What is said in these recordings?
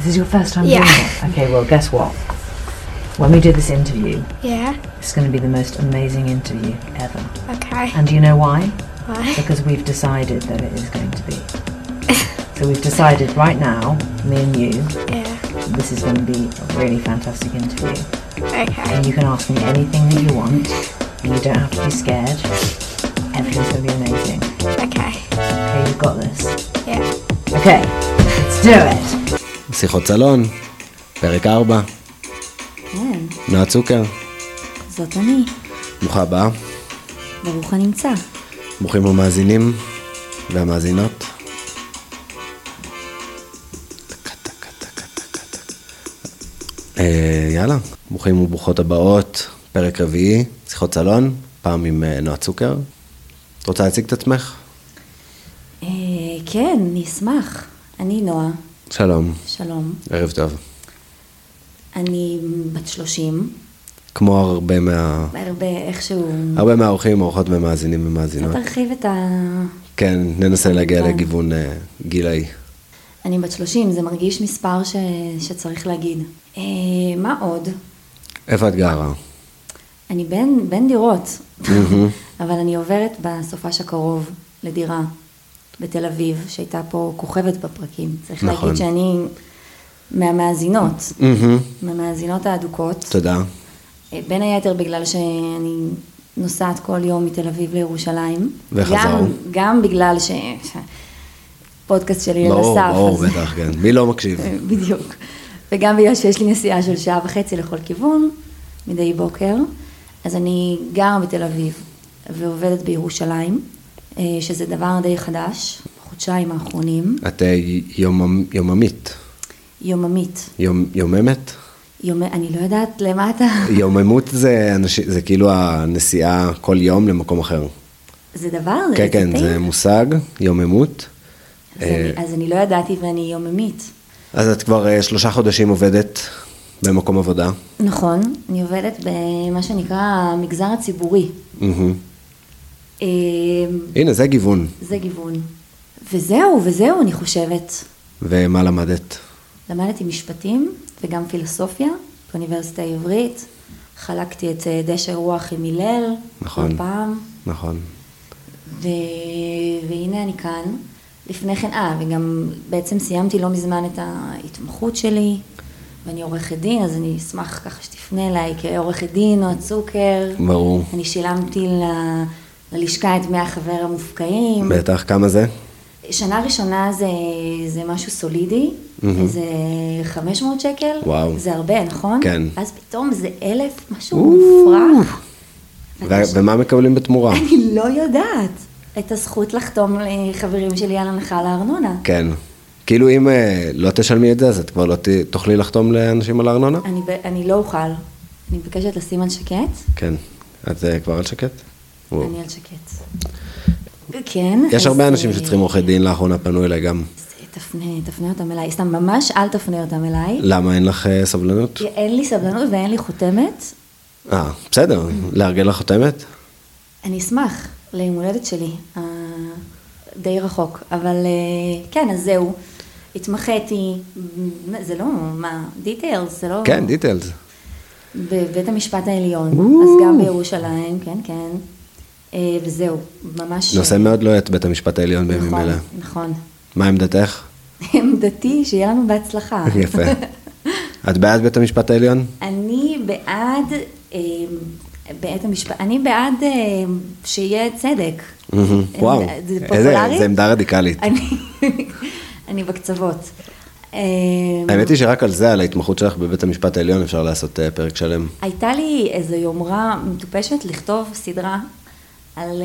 This is your first time Yeah. doing it? Okay, well, guess what? When we do this interview, Yeah. it's going to be the most amazing interview ever. Okay. And do you know why? Why? Because we've decided that it is going to be. So we've decided right now, me and you, Yeah. this is going to be a really fantastic interview. Okay. And you can ask me anything that you want, and you don't have to be scared. Everything's going to be amazing. Okay. Okay, you've got this. Yeah. Okay, let's do it. שיחות סלון, פרק 4, כן, נועה צוקר, זאת אני. ברוכה הבאה, ברוך הנמצא. ברוכים המאזינים והמאזינות. יאללה, ברוכים וברוכות הבאות, פרק רביעי, שיחות סלון, פעם עם נועה צוקר. את רוצה להציג את עצמך? כן, אני אשמח. אני נועה, שלום, שלום. ערב טוב. אני בת 30, כמו הרבה איכשהו... הרבה מהאורחים, אורחות ומאזינים ומאזינות. תרחיב את ה... כן, ננסה להגיע לגיוון גילאי. אני בת 30, זה מרגיש מספר שצריך להגיד. מה עוד? איפה את גרה? אני בין דירות, אבל אני עוברת בסופש הקרוב לדירה בתל אביב, שהייתה פה כוכבת בפרקים. צריך נכון. להגיד שאני מהמאזינות, מהמאזינות האדוקות. תודה. בין היתר בגלל שאני נוסעת כל יום מתל אביב לירושלים. וחזר. גם בגלל פודקאסט שלי לסף. ברור, בטח, כן. מי לא מקשיב? בדיוק. וגם בגלל שיש לי נסיעה של 1.5 שעה לכל כיוון, מדי בוקר. אז אני גרה בתל אביב ועובדת בירושלים, שזה דבר די חדש, בחודשיים האחרונים. את יוממית. יוממית. יוממת? אני לא יודעת למה אתה... יוממות זה כאילו הנסיעה כל יום למקום אחר. זה דבר? כן, כן, זה מושג, יוממות. אז אני לא ידעתי ואני יוממית. אז את כבר 3 חודשים עובדת במקום עבודה. נכון, אני עובדת במה שנקרא המגזר הציבורי. הנה, זה גיוון. זה גיוון. וזהו, אני חושבת. ומה למדת? למדתי משפטים וגם פילוסופיה באוניברסיטה העברית. חלקתי את דשא רוח עם הלל. נכון. כל פעם. נכון. והנה אני כאן. לפני כן, וגם בעצם סיימתי לא מזמן את ההתמחות שלי, ואני עורכת דין, אז אני אשמח ככה שתפנה אליי כעורכת דין או הצוקר. ברור. אני שילמתי ללשכה את 100 חבר המופקעים. בטח, כמה זה? שנה ראשונה זה משהו סולידי, זה 500 שקל. וואו. זה הרבה, נכון? כן. אז פתאום זה 1,000, משהו מופרך. ומה מקבלים בתמורה? אני לא יודעת. את הזכות לחתום לחברים שלי על הנחה לארנונה. כן. כאילו אם לא תשלמי את זה, אז את כבר לא תוכלי לחתום לאנשים על הארנונה? אני לא אוכל. אני מבקשת לשים על שקט. כן. את כבר על שקט? אני על שקט. כן. יש הרבה אנשים שצריכים עורכי דין, לאחרונה פנו אליי גם. תפנה אותם אליי. סתם, ממש אל תפנה אותם אליי. למה אין לך סבלנות? אין לי סבלנות ואין לי חותמת. בסדר. לארגן לך חותמת? אני אשמח ליום הולדת שלי. די רחוק. אבל כן, אז זהו. התמחיתי, זה לא, דיטיילס, זה לא... כן, דיטיילס. בבית המשפט העליון, אז גם בירושלים, כן, כן. וזהו, ממש... נושא מאוד לא את בית המשפט העליון בימים אלה. נכון. מה עמדתך? עמדתי, שיהיה לנו בהצלחה. יפה. את בעד בית המשפט העליון? אני בעד בית המשפט, אני בעד שיהיה צדק. וואו, זה פופולרי? זה עמדה רדיקלית. אני בקצוות. האמת היא שרק על זה, על ההתמחות שלך בבית המשפט העליון, אפשר לעשות פרק שלם. הייתה לי איזו יומרה מטופשת לכתוב סדרה על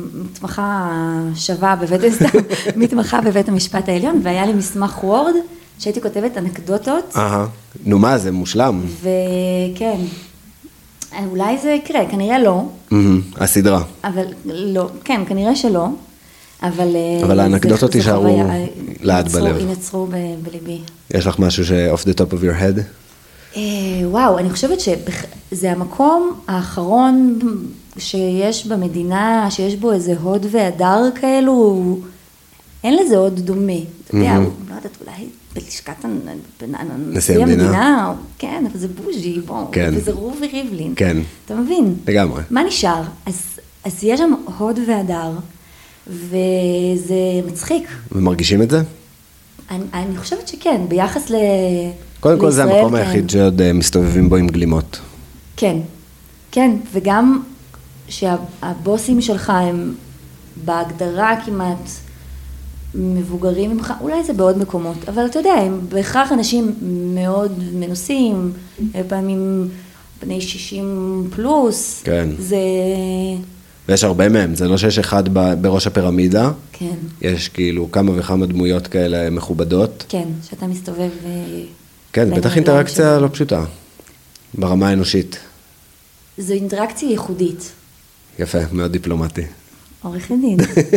מתמחה בבית המשפט העליון, והיה לי מסמך וורד שהייתי כותבת אנקדוטות. נו מה, זה מושלם. וכן, אולי זה יקרה, כנראה לא. הסדרה. אבל לא, כן, כנראה שלא. אבל האנקדוטות יישארו לעד בלב. ינצרו בליבי. יש לך משהו ש-off the top of your head? וואו, אני חושבת שזה המקום האחרון שיש במדינה, שיש בו איזה הוד והדר כאלו, אין לזה עוד דומה. אתה יודע, לא יודעת, אולי בלשכת נשיא המדינה, כן, אבל זה בוז'י, בוא, וזה רובי ריבלין. כן. אתה מבין? לגמרי. מה נשאר? אז יש שם הוד והדר, וזה מצחיק. ומרגישים את זה? אני חושבת שכן, ביחס לישראל, קודם כל זה המקום היחיד שעוד מסתובבים בו עם גלימות. כן, כן, וגם שהבוסים שלך הם בהגדרה כמעט מבוגרים ממך, אולי זה בעוד מקומות, אבל אתה יודע, הם בהכרח אנשים מאוד מנוסים, פעמים בני 60 פלוס, כן. זה... ויש הרבה מהם, זה לא שיש אחד בראש הפירמידה, כן. יש כאילו כמה וכמה דמויות כאלה מכובדות. כן, שאתה מסתובב... כן, בטח אינטראקציה לא פשוטה, ברמה האנושית. זו אינטראקציה ייחודית. יפה, מאוד דיפלומטי. עורך דין.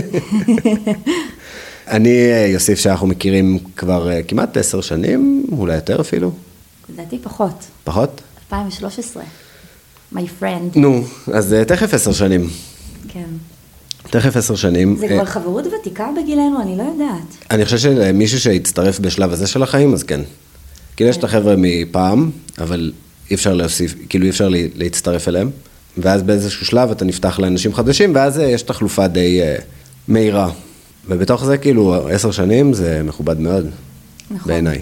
אני יוסיף שאנחנו מכירים כבר כמעט 10 שנים, אולי יותר אפילו. לדעתי פחות. פחות? 2013. My friend. נו, אז תכף 10 שנים. כן. תכף 10 שנים. זה כבר חברות ותיקה בגילנו, אני לא יודעת. אני חושב שמישהו שהצטרף בשלב הזה של החיים, אז כן. כאילו יש את החבר'ה מפעם, אבל אי אפשר להוסיף, כאילו אי אפשר להצטרף אליהם. ואז באיזשהו שלב אתה נפתח לאנשים חדשים, ואז יש תחלופה די מהירה. ובתוך זה כאילו 10 שנים זה מכובד מאוד, נכון. בעיניי.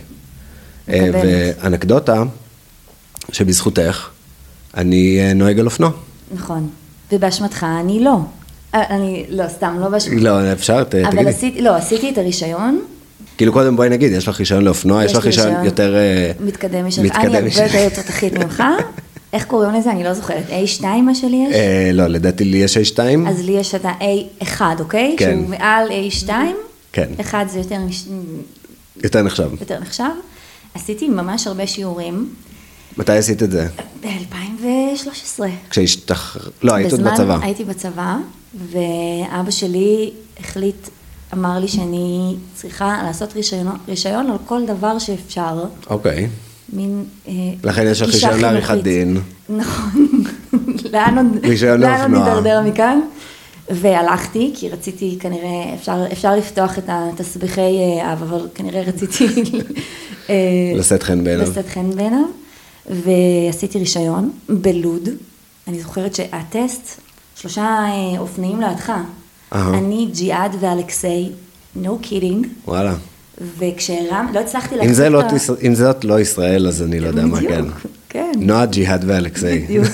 ואנקדוטה שבזכותך, אני נוהג על אופנוע. נכון, ובאשמתך אני לא. אני לא, סתם, לא באשמתך. לא, אפשר, תגידי. אבל עשיתי את הרישיון. כאילו קודם בואי נגיד, יש לך רישיון לאופנוע, יש לך רישיון יותר... מתקדם משלך. אני הרבה יותר תותחית ממך. איך קוראים לזה? אני לא זוכרת. A2 מה שלי יש? לא, לדעתי לי יש A2. אז לי יש את ה-A1, אוקיי? כן. שהוא מעל A2. כן. 1 זה יותר נחשב. יותר נחשב. עשיתי ממש הרבה שיעורים. מתי עשית את זה? ב-2013. לא, היית עוד בצבא. הייתי בצבא, ואבא שלי אמר לי שאני צריכה לעשות רישיון על כל דבר שאפשר. אוקיי. מין לכן יש לך רישיון לעריכת דין. נכון. לאן עוד נדרדר מכאן? והלכתי, כי רציתי כנראה, אפשר לפתוח את התסביכי אב, אבל כנראה רציתי לשאת חן בעיניו. לשאת חן בעיניו, ועשיתי רישיון בלוד. אני זוכרת שהטסט, 3 אופניים לידך. אני, ג'יעד ואלכסי, no kidding. וואלה. וכשהרם, לא הצלחתי להחזיק אם זאת לא ישראל, אז אני לא יודע מה כן. כן. נועה, ג'יהאד ואלכסי. בדיוק.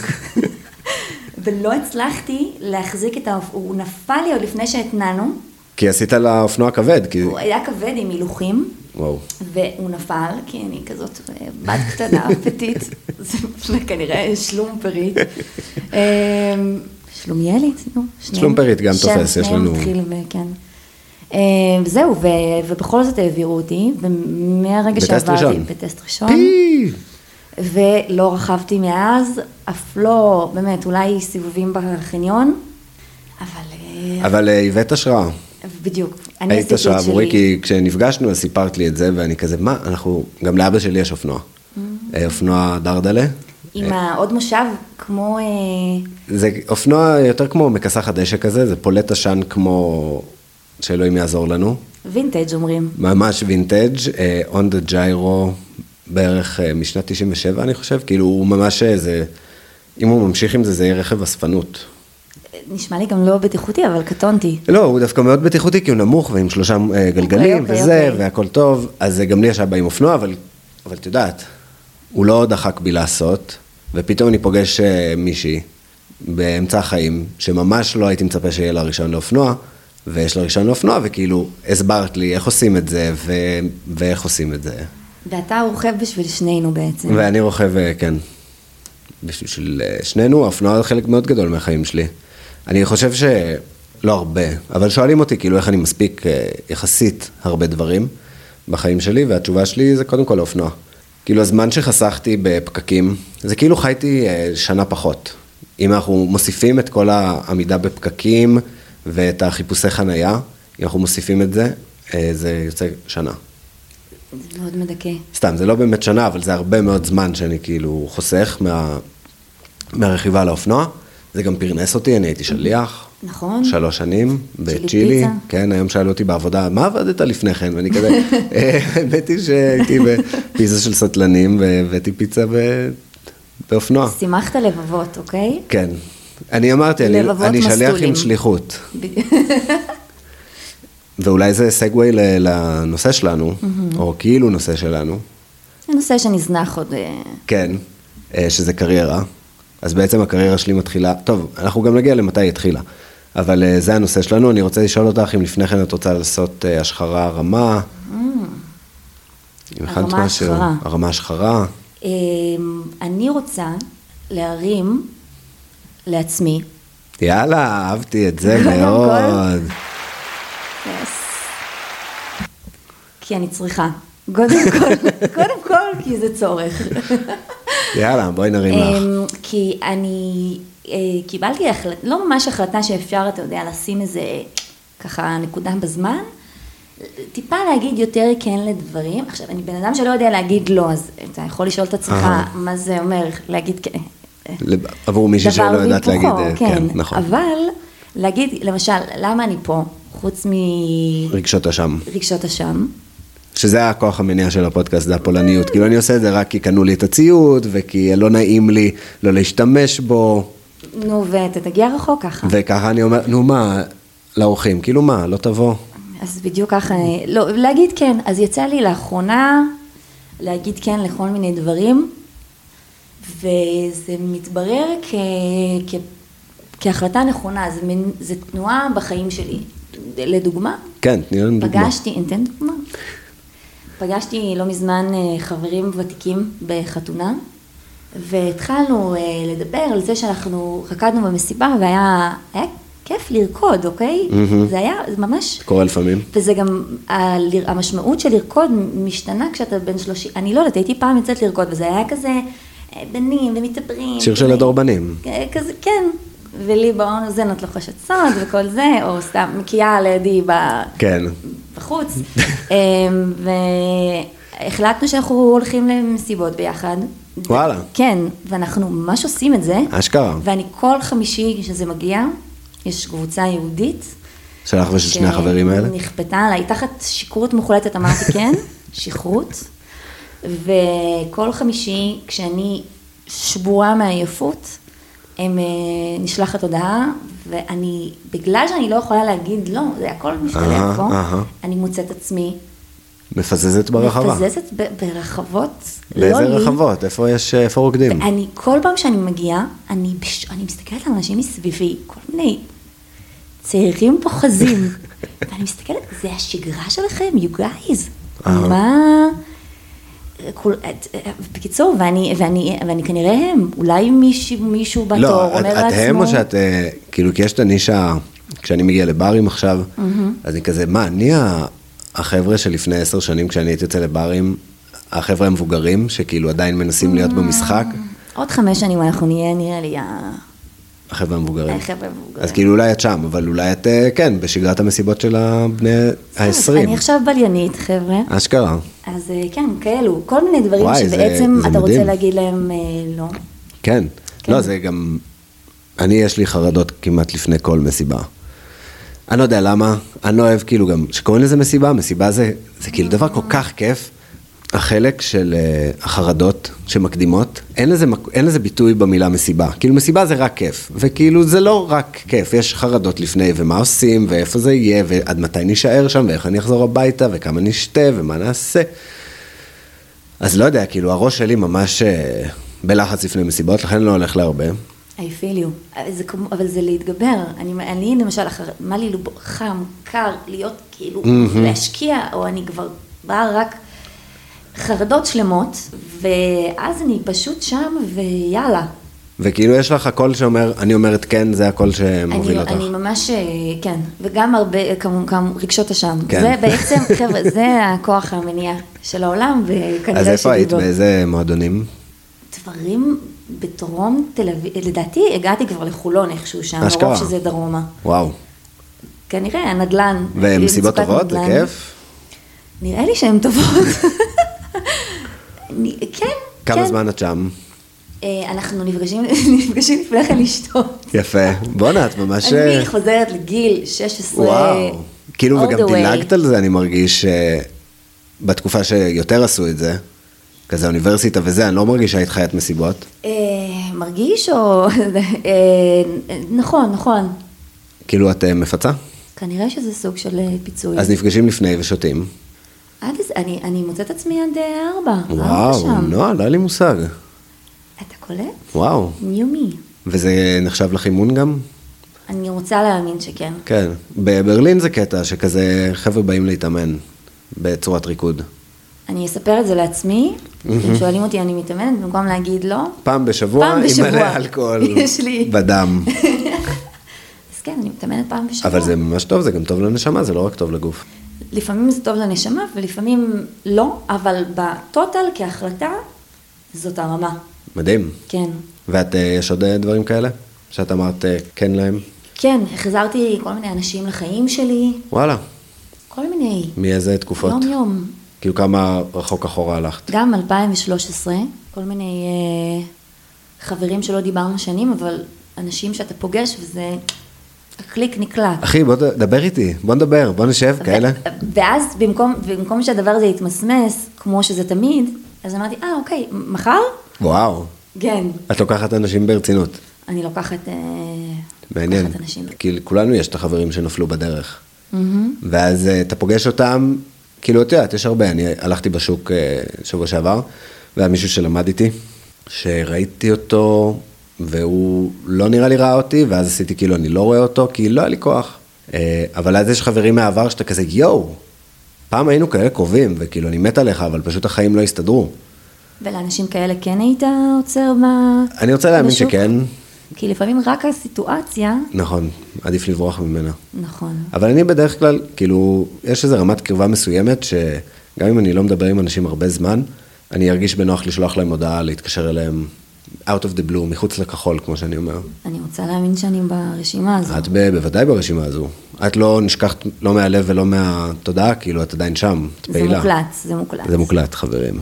ולא הצלחתי להחזיק הוא נפל לי עוד לפני שהתנענו. כי עשית לה אופנוע כבד. הוא היה כבד עם הילוכים. וואו. והוא נפל, כי אני כזאת בת קטנה, פתית. זה כנראה שלומפרית. שלומיאלית, נו. שלומפרית גם תופס, יש לנו... שם מתחיל, כן. זהו, ובכל זאת העבירו אותי, ומהרגע שעברתי בטסט ראשון, ולא רכבתי מאז, אף לא, באמת, אולי סיבובים בחניון, אבל הבאת השראה. בדיוק, אני עשיתי את שלי. היית השראה עבורי, כי כשנפגשנו, אז סיפרת לי את זה, ואני כזה, מה, גם לאבא שלי יש אופנוע. אופנוע דרדלה. עם עוד מושב, כמו... זה אופנוע יותר כמו מכסח הדשא כזה, זה פולט עשן כמו... שאלוהים יעזור לנו. וינטג' אומרים. ממש וינטג', on the gyro, בערך משנת 97 אני חושב, כאילו הוא ממש איזה, אם הוא ממשיך עם זה, זה יהיה רכב אספנות. נשמע לי גם לא בטיחותי, אבל קטונתי. לא, הוא דווקא מאוד בטיחותי, כי הוא נמוך ועם 3 גלגלים וזה, והכל טוב, אז גם לי ישב בה עם אופנוע, אבל את יודעת, הוא לא דחק בי לעשות, ופתאום אני פוגש מישהי באמצע החיים, שממש לא הייתי מצפה שיהיה לה רישיון לאופנוע, ויש לו רישיון לאופנוע, וכאילו הסברת לי איך עושים את זה, ואיך עושים את זה. ואתה רוכב בשביל שנינו בעצם. ואני רוכב, כן, בשביל שנינו, האופנוע זה חלק מאוד גדול מהחיים שלי. אני חושב שלא הרבה, אבל שואלים אותי כאילו איך אני מספיק יחסית הרבה דברים בחיים שלי, והתשובה שלי זה קודם כל האופנוע. כאילו הזמן שחסכתי בפקקים, זה כאילו חייתי שנה פחות. אם אנחנו מוסיפים את כל העמידה בפקקים, ואת החיפושי חנייה, אם אנחנו מוסיפים את זה, זה יוצא שנה. זה מאוד מדכא. סתם, זה לא באמת שנה, אבל זה הרבה מאוד זמן שאני כאילו חוסך מהרכיבה לאופנוע. זה גם פרנס אותי, אני הייתי שליח, 3 שנים בצ'ילי, כן, היום שאלו אותי בעבודה, מה עבדת לפני כן? ואני כזה, האמת היא שהייתי בפיצה של סטלנים, והבאתי פיצה באופנוע. שימחת לבבות, אוקיי? כן. אני אמרתי, אני שליח עם שליחות. ואולי זה סגווי לנושא שלנו, או כאילו נושא שלנו. זה נושא שנזנח עוד... כן, שזה קריירה. אז בעצם הקריירה שלי מתחילה, טוב, אנחנו גם נגיע למתי היא התחילה, אבל זה הנושא שלנו. אני רוצה לשאול אותך אם לפני כן את רוצה לעשות השחרה רמה. הרמה השחרה. הרמה השחרה. אני רוצה להרים לעצמי. יאללה, אהבתי את זה מאוד. כי אני צריכה. קודם כל, כי זה צורך. יאללה, בואי נרים לך. כי אני קיבלתי לא ממש החלטה שאפשר, אתה יודע, לשים איזה ככה נקודה בזמן, טיפה להגיד יותר כן לדברים. עכשיו, אני בן אדם שלא יודע להגיד לא, אז אתה יכול לשאול את עצמך מה זה אומר להגיד כן. עבור מישהי שלא יודעת להגיד, כן, נכון. אבל להגיד, למשל, למה אני פה, חוץ רגשות אשם. רגשות אשם. שזה הכוח המניע של הפודקאסט, זה הפולניות. כאילו אני עושה את זה רק כי קנו לי את הציוד, וכי לא נעים לי לא להשתמש בו. נו, ואתה תגיע רחוק ככה. וככה אני אומר, נו מה, לאורחים, כאילו מה, לא תבוא. אז בדיוק ככה, לא, להגיד כן. אז יצא לי לאחרונה להגיד כן לכל מיני דברים, וזה מתברר כהחלטה נכונה, זה תנועה בחיים שלי. לדוגמה, כן, תני לנו דוגמה. אתן דוגמה. פגשתי לא מזמן חברים ותיקים בחתונה, והתחלנו לדבר על זה שאנחנו רקדנו במסיבה, והיה כיף לרקוד, אוקיי? זה היה ממש... קורה לפעמים. וזה גם, המשמעות של לרקוד משתנה כשאתה בן 30, אני לא יודעת, הייתי פעם יוצאת לרקוד, וזה היה כזה בנים ומתאברים. שיר של הדור בנים. כזה, כן. ולי באון הזה נות לוחשת סוד וכל זה, או סתם מקיאה לידי בחוץ. והחלטנו שאנחנו הולכים למסיבות ביחד. וואלה. כן, ואנחנו ממש עושים את זה. אשכרה. ואני כל חמישי שזה מגיע, יש קבוצה יהודית. שלך ושל שני החברים האלה? נכפתה עליי, תחת שכרות מוחלטת אמרתי כן, שכרות. וכל חמישי, כשאני שבורה מעייפות, הם נשלחת הודעה, ואני, בגלל שאני לא יכולה להגיד לא, זה הכל משתלב פה, אני מוצאת עצמי. מפזזת ברחבה. מפזזת ברחבות. באיזה רחבות? איפה רוקדים? אני, כל פעם שאני מגיעה, אני מסתכלת על אנשים מסביבי, כל מיני צעירים פוחזים, ואני מסתכלת, זה השגרה שלכם, you guys. מה... בקיצור, ואני כנראה הם, אולי מישהו בתור אומר לעצמו. לא, את הם או שאת, כאילו, כי יש את הנישה, כשאני מגיע לברים עכשיו, אז אני כזה, מה, אני החבר'ה שלפני 10 שנים, כשאני הייתי יוצא לברים, החבר'ה המבוגרים, שכאילו עדיין מנסים להיות במשחק. עוד 5 שנים אנחנו נראה לי החבר'ה המבוגרים. אז כאילו אולי את שם, אבל אולי את, כן, בשגרת המסיבות של הבני ה-20. אני עכשיו בליינית, חבר'ה. אשכרה. אז כן, כאלו, כל מיני דברים שבעצם אתה רוצה להגיד להם לא. כן, לא, זה גם, יש לי חרדות כמעט לפני כל מסיבה. אני לא יודע למה, אני לא אוהב כאילו גם, שקוראים לזה מסיבה זה כאילו דבר כל כך כיף, החלק של החרדות שמקדימות, אין לזה ביטוי במילה מסיבה. כאילו מסיבה זה רק כיף, וכאילו זה לא רק כיף, יש חרדות לפני, ומה עושים, ואיפה זה יהיה, ועד מתי נשאר שם, ואיך אני אחזור הביתה, וכמה נשתה, ומה נעשה. אז לא יודע, כאילו הראש שלי ממש בלחץ לפני מסיבות, לכן לא הולך להרבה. I feel you, אבל זה להתגבר. אני למשל, מה לי חם, קר, להיות כאילו, להשקיע, או אני כבר באה רק... חרדות שלמות, ואז אני פשוט שם, ויאללה. וכאילו יש לך הקול שאומר, אני אומרת כן, זה הקול שמוביל אותך. אני ממש, כן, וגם הרבה, כמובן, רגשות אשם. זה בעצם, חבר'ה, זה הכוח המניע של העולם, וכנראה אז איפה היית? באיזה מועדונים? דברים בדרום תל אביב, לדעתי הגעתי כבר לחולון איכשהו שם, אשכרה. מרוב שזה דרומה. וואו. כנראה, הנדלן. ומסיבות טובות, זה כיף? נראה לי שהן טובות. כן. כמה זמן את שם? אנחנו נפגשים לפני כן לשתות. יפה. בוא'נה, את ממש... אני חוזרת לגיל 16. וואו. כאילו, all וגם the way. דילגת על זה, אני מרגיש בתקופה שיותר עשו את זה, כזה אוניברסיטה וזה, אני לא מרגיש שהיית חיית מסיבות. מרגיש או... נכון. כאילו, את מפצה? כנראה שזה סוג של פיצוי. אז נפגשים לפני ושותים. אני מוצאת עצמי עד 4. וואו, לא היה לי מושג. אתה קולט? וואו. ניומי. וזה נחשב לך אימון גם? אני רוצה להאמין שכן. כן. בברלין זה קטע שכזה חבר'ה באים להתאמן בצורת ריקוד. אני אספר את זה לעצמי, אם שואלים אותי אני מתאמנת, במקום להגיד לא. פעם בשבוע עם מלא אלכוהול בדם. אז כן, אני מתאמנת פעם בשבוע. אבל זה ממש טוב, זה גם טוב לנשמה, זה לא רק טוב לגוף. לפעמים זה טוב לנשמה ולפעמים לא, אבל בטוטל כהחלטה זאת הרמה. מדהים. כן. ואת, יש עוד דברים כאלה? שאת אמרת כן להם? כן, החזרתי כל מיני אנשים לחיים שלי. וואלה. כל מיני. מאיזה תקופות? יום. כאילו כמה רחוק אחורה הלכת? גם 2013, כל מיני חברים שלא דיברנו שנים, אבל אנשים שאתה פוגש וזה הקליק נקלט. אחי, בוא דבר איתי, בוא נדבר, בוא נשב, כאלה. ואז במקום שהדבר הזה יתמסמס, כמו שזה תמיד, אז אמרתי, אוקיי, מחר? וואו. כן. את לוקחת אנשים ברצינות. אני לוקחת מעניין. אנשים. כי לכולנו יש את החברים שנפלו בדרך. ואז אתה פוגש אותם, כאילו, את יודעת, יש הרבה, אני הלכתי בשוק שבוע שעבר, והיה מישהו שלמד איתי, שראיתי אותו, והוא לא נראה לי ראה אותי, ואז עשיתי כאילו, אני לא רואה אותו, כי לא היה לי כוח. אבל אז יש חברים מהעבר שאתה כזה, יואו, פעם היינו כאלה קרובים, וכאילו, אני מת עליך, אבל פשוט החיים לא הסתדרו. ולאנשים כאלה כן היית עוצר מה... אני רוצה להאמין שכן. כי לפעמים רק הסיטואציה... נכון, עדיף לברוח ממנה. נכון. אבל אני בדרך כלל, כאילו, יש איזו רמת קרבה מסוימת, שגם אם אני לא מדבר עם אנשים הרבה זמן, אני ארגיש בנוח לשלוח להם הודעה, להתקשר אליהם, out of the blue, מחוץ לכחול, כמו שאני אומר. אני רוצה להאמין שאני ברשימה הזו. את בוודאי ברשימה הזו. את לא נשכחת, לא מהלב ולא מהתודעה, כאילו, את עדיין שם, את פעילה. זה מוקלט. זה מוקלט, חברים.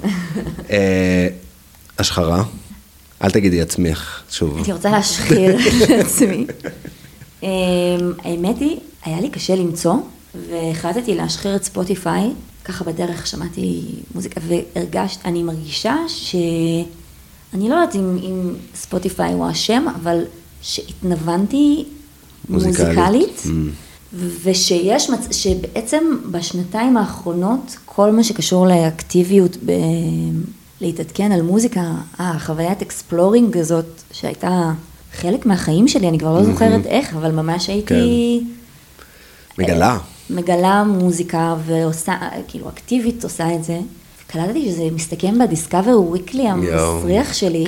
השחרה. אל תגידי עצמך, שוב. אני רוצה להשחיר לעצמי. האמת היא, היה לי קשה למצוא, והחלטתי להשחיר את ספוטיפיי, ככה בדרך שמעתי מוזיקה, אני מרגישה אני לא יודעת אם ספוטיפיי הוא השם, אבל שהתנוונתי מוזיקלית, שבעצם בשנתיים האחרונות, כל מה שקשור לאקטיביות להתעדכן על מוזיקה, חוויית אקספלורינג הזאת, שהייתה חלק מהחיים שלי, אני כבר לא זוכרת איך, אבל ממש הייתי... מגלה מוזיקה ועושה, כאילו אקטיבית עושה את זה. קלטתי שזה מסתכם בדיסקאבר וויקלי המסריח שלי,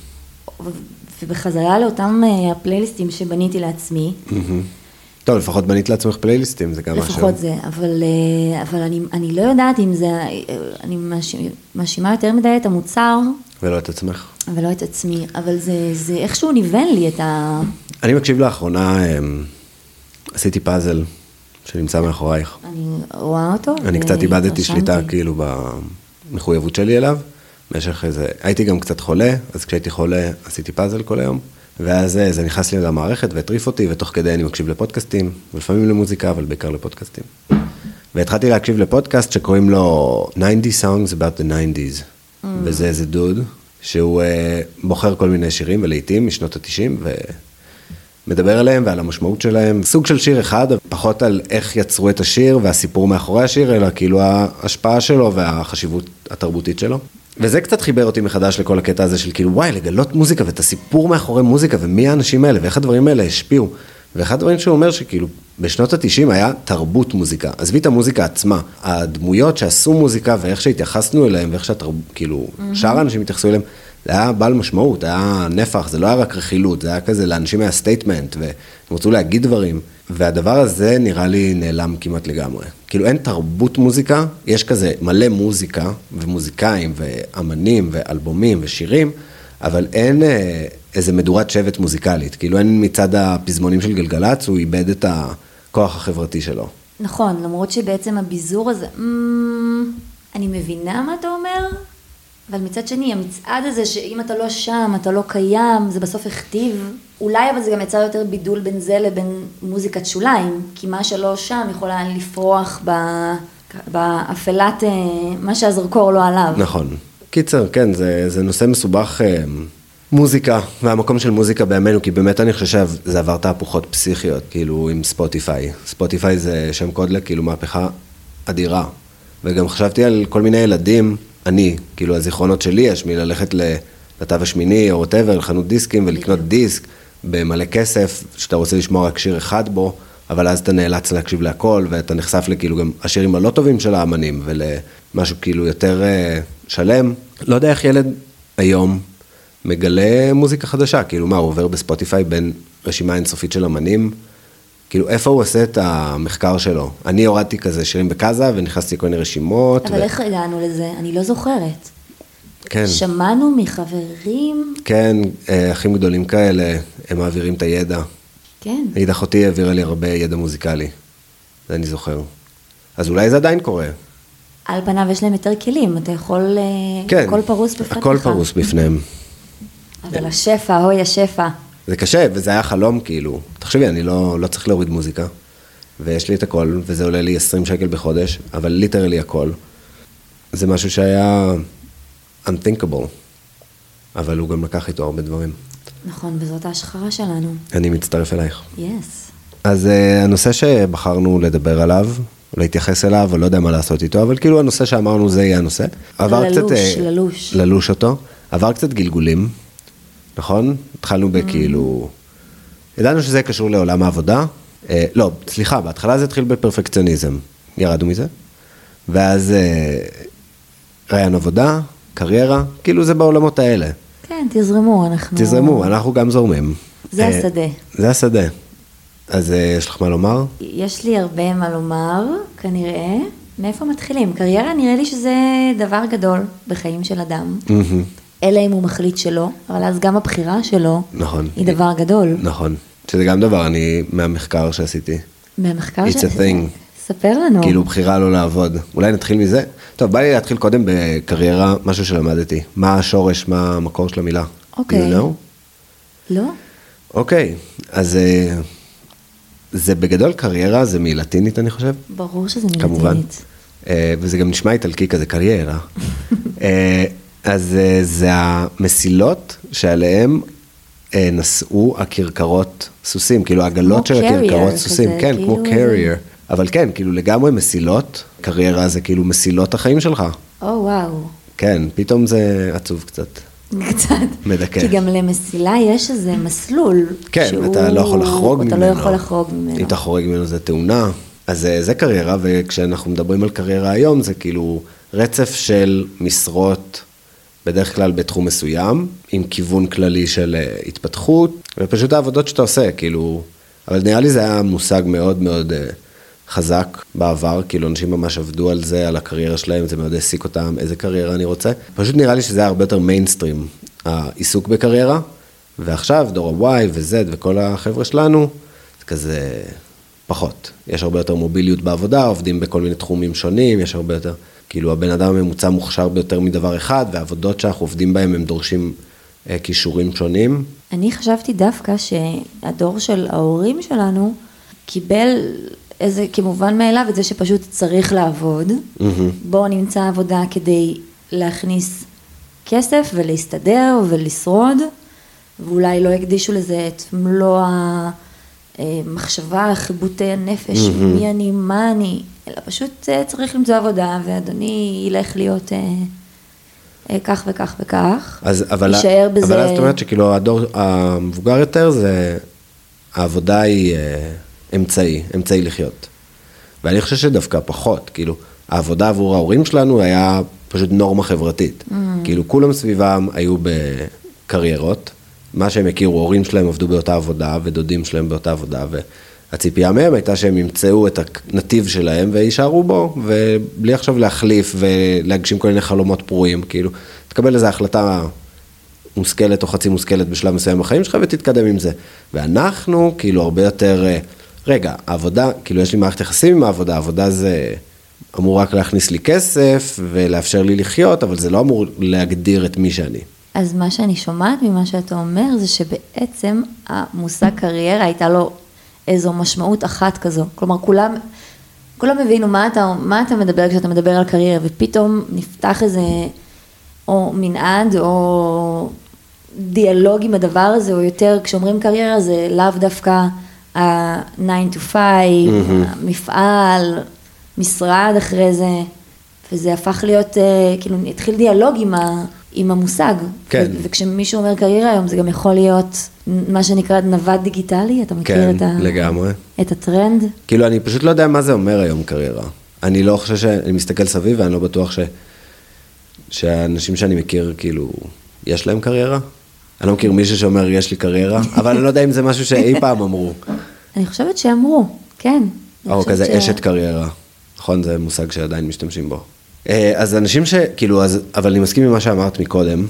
ובחזרה לאותם הפלייליסטים שבניתי לעצמי. טוב, לפחות בנית לעצמך פלייליסטים, זה גם משהו. לפחות זה, אבל אני לא יודעת אם זה, אני מאשימה יותר מדי את המוצר. ולא את עצמך. ולא את עצמי, אבל זה איכשהו ניוון לי את ה... אני מקשיב לאחרונה, עשיתי פאזל שנמצא מאחורייך. אני רואה אותו. אני קצת איבדתי שליטה כאילו במחויבות שלי אליו, במשך איזה, הייתי גם קצת חולה, אז כשהייתי חולה עשיתי פאזל כל היום, ואז זה נכנס לי למערכת והטריף אותי, ותוך כדי אני מקשיב לפודקאסטים, ולפעמים למוזיקה, אבל בעיקר לפודקאסטים. והתחלתי להקשיב לפודקאסט שקוראים לו 90 Songs About the 90s, וזה איזה דוד, שהוא בוחר כל מיני שירים ולעיתים משנות ה-90, ומדבר עליהם ועל המשמעות שלהם. סוג של שיר אחד, פחות על איך יצרו את השיר והסיפור מאחורי השיר, אלא כאילו ההשפעה שלו והחשיבות התרבותית שלו. וזה קצת חיבר אותי מחדש לכל הקטע הזה של כאילו, וואי, לגלות מוזיקה ואת הסיפור מאחורי מוזיקה ומי האנשים האלה ואיך הדברים האלה השפיעו. ואחד הדברים שהוא אומר שכאילו בשנות ה-90 היה תרבות מוזיקה. עזבי את המוזיקה עצמה. הדמויות שעשו מוזיקה ואיך שהתייחסנו אליהם ואיך כאילו שאר האנשים התייחסו אליהם, זה היה בעל משמעות, היה נפח, זה לא היה רק רכילות, זה היה כזה, לאנשים היה סטייטמנט והם רצו להגיד דברים. והדבר הזה נראה לי נעלם כמעט לגמרי. כאילו אין תרבות מוזיקה, יש כזה מלא מוזיקה ומוזיקאים ואמנים ואלבומים ושירים, אבל אין איזה מדורת שבט מוזיקלית. כאילו אין מצד הפזמונים של גלגלץ, הוא איבד את הכוח החברתי שלו. נכון, למרות שבעצם הביזור הזה, אני מבינה מה אתה אומר, אבל מצד שני, המצעד הזה שאם אתה לא שם, אתה לא קיים, זה בסוף הכתיב, אולי אבל זה גם יצא יותר בידול בין זה לבין מוזיקת שוליים, כי מה שלא שם יכול היה לפרוח באפלת, מה שהזרקור לא עליו. נכון. קיצר, כן, זה נושא מסובך, מוזיקה, והמקום של מוזיקה בימינו, כי באמת אני חושב שזה עבר תהפוכות פסיכיות, כאילו עם ספוטיפיי. ספוטיפיי זה שם קוד כאילו מהפכה אדירה. וגם חשבתי על כל מיני ילדים, כאילו הזיכרונות שלי יש מללכת לתו השמיני או whatever, לחנות דיסקים ולקנות דיסק במלא כסף, שאתה רוצה לשמוע רק שיר אחד בו, אבל אז אתה נאלץ להקשיב להכל, ואתה נחשף לכאילו גם השירים הלא טובים של האמנים, ולמשהו כאילו יותר שלם. לא יודע איך ילד היום מגלה מוזיקה חדשה, כאילו מה, הוא עובר בספוטיפיי בין רשימה אינסופית של אמנים, כאילו איפה הוא עושה את המחקר שלו? אני הורדתי כזה שירים בקאזה, ונכנסתי כל מיני רשימות. אבל איך הגענו לזה? אני לא זוכרת. כן. שמענו מחברים. כן, אחים גדולים כאלה, הם מעבירים את הידע. כן. נגיד אחותי העבירה לי הרבה ידע מוזיקלי, זה אני זוכר. אז אולי זה עדיין קורה. על פניו יש להם יותר כלים, אתה יכול, כן, הכל פרוס בפניך. הכל פרוס בפניהם. אבל השפע, אוי השפע. זה קשה, וזה היה חלום כאילו. תחשבי, אני לא צריך להוריד מוזיקה, ויש לי את הכל, וזה עולה לי 20 שקל בחודש, אבל ליטרלי הכל. זה משהו שהיה unthinkable, אבל הוא גם לקח איתו הרבה דברים. נכון, וזאת ההשחרה שלנו. אני מצטרף אלייך. Yes. אז הנושא שבחרנו לדבר עליו, להתייחס אליו, אבל לא יודע מה לעשות איתו, אבל כאילו הנושא שאמרנו זה יהיה הנושא. ללוש אותו. עבר קצת גלגולים, נכון? התחלנו בכאילו, ידענו שזה קשור לעולם העבודה. לא, סליחה, בהתחלה זה התחיל בפרפקציוניזם. ירדנו מזה. ואז רעיון עבודה, קריירה, כאילו זה בעולמות האלה. כן, תזרמו, תזרמו, אנחנו גם זורמים. זה השדה. זה השדה. אז יש לך מה לומר? יש לי הרבה מה לומר, כנראה. מאיפה מתחילים? קריירה נראה לי שזה דבר גדול בחיים של אדם. אלא אם הוא מחליט שלא, אבל אז גם הבחירה שלו היא דבר גדול. נכון. שזה גם דבר, אני מהמחקר שעשיתי. מהמחקר It's a thing. ספר לנו. כאילו בחירה לא לעבוד. אולי נתחיל מזה? טוב, בא לי להתחיל קודם בקריירה, משהו שלמדתי. מה השורש, מה המקור של המילה? אוקיי. לא? אוקיי, אז זה בגדול קריירה, זה מלטינית אני חושב. ברור שזה מלטינית. כמובן. וזה גם נשמע איטלקי כזה, קריירה. אז זה המסילות שעליהם נסעו הכרכרות סוסים, כאילו העגלות של הכרכרות סוסים. כן, כמו קרייר. אבל כן, כאילו לגמרי מסילות, קריירה זה כאילו מסילות החיים שלך. וואו. כן, פתאום זה עצוב קצת. קצת. מדכא. כי גם למסילה יש איזה מסלול. כן, אתה לא יכול לחרוג ממנו. אתה לא יכול לחרוג ממנו. אם אתה חורג ממנו זה תאונה. אז זה קריירה, וכשאנחנו מדברים על קריירה היום, זה כאילו רצף של משרות, בדרך כלל בתחום מסוים, עם כיוון כללי של התפתחות, ופשוט העבודות שאתה עושה, כאילו, אבל נראה לי זה היה מושג מאוד מאוד חזק בעבר, כאילו אנשים ממש עבדו על זה, על הקריירה שלהם, זה מאוד העסיק אותם, איזה קריירה אני רוצה. פשוט נראה לי שזה היה הרבה יותר מיינסטרים, העיסוק בקריירה, ועכשיו דור ה-Y ו-Z וכל החבר'ה שלנו, זה כזה פחות. יש הרבה יותר מוביליות בעבודה, עובדים בכל מיני תחומים שונים, יש הרבה יותר, כאילו הבן אדם הממוצע מוכשר ביותר מדבר אחד, והעבודות שאנחנו עובדים בהם הם דורשים כישורים שונים. אני חשבתי דווקא שהדור של ההורים שלנו קיבל איזה כמובן מאליו את זה שפשוט צריך לעבוד. בואו נמצא עבודה כדי להכניס כסף ולהסתדר ולשרוד, ואולי לא יקדישו לזה את מלוא המחשבה, חיבוטי הנפש, מי אני, מה אני, אלא פשוט צריך למצוא עבודה, ואדוני ילך להיות כך וכך וכך, יישאר בזה. אבל אז זאת אומרת שכאילו הדור המבוגר יותר, זה, העבודה היא אמצעי לחיות. ואני חושב שדווקא פחות, כאילו, העבודה עבור ההורים שלנו היה פשוט נורמה חברתית. כאילו, כולם סביבם היו בקריירות, מה שהם הכירו, הורים שלהם עבדו באותה עבודה, ודודים שלהם באותה עבודה, והציפייה מהם הייתה שהם ימצאו את הנתיב שלהם, וישארו בו, ובלי עכשיו להחליף, ולהגשים כל מיני חלומות פרועים, כאילו, תקבל איזו החלטה מושכלת או חצי מושכלת בשלב מסוים בחיים שלך, ותתקדם עם זה. ואנחנו, כאילו, הרבה יותר, רגע, העבודה, כאילו, יש לי מערכת יחסים עם העבודה, העבודה זה אמור רק להכניס לי כסף ולאפשר לי לחיות, אבל זה לא אמור להגדיר את מי שאני. אז מה שאני שומעת ממה שאתה אומר, זה שבעצם המושג קריירה הייתה לו איזו משמעות אחת כזו. כלומר, כולם הבינו מה אתה מדבר כשאתה מדבר על קריירה, ופתאום נפתח איזה או מנעד או דיאלוג עם הדבר הזה, או יותר כשאומרים קריירה זה לאו דווקא ה-9 to 5, מפעל, משרד אחרי זה, וזה הפך להיות, כאילו התחיל דיאלוג עם המושג, כן. וכשמישהו אומר קריירה היום זה גם יכול להיות מה שנקרא נווד דיגיטלי, אתה מכיר כן, לגמרי. את הטרנד? כאילו אני פשוט לא יודע מה זה אומר היום קריירה. אני לא חושב שאני מסתכל סביב ואני לא בטוח שהאנשים שאני מכיר כאילו יש להם קריירה. אני לא מכיר מישהו שאומר יש לי קריירה, אבל אני לא יודע אם זה משהו שאי פעם אמרו. אני חושבת שאמרו, כן. או כזה אשת קריירה. נכון, זה מושג שעדיין משתמשים בו. אז אנשים שכאילו, אבל אני מסכים עם מה שאמרת מקודם,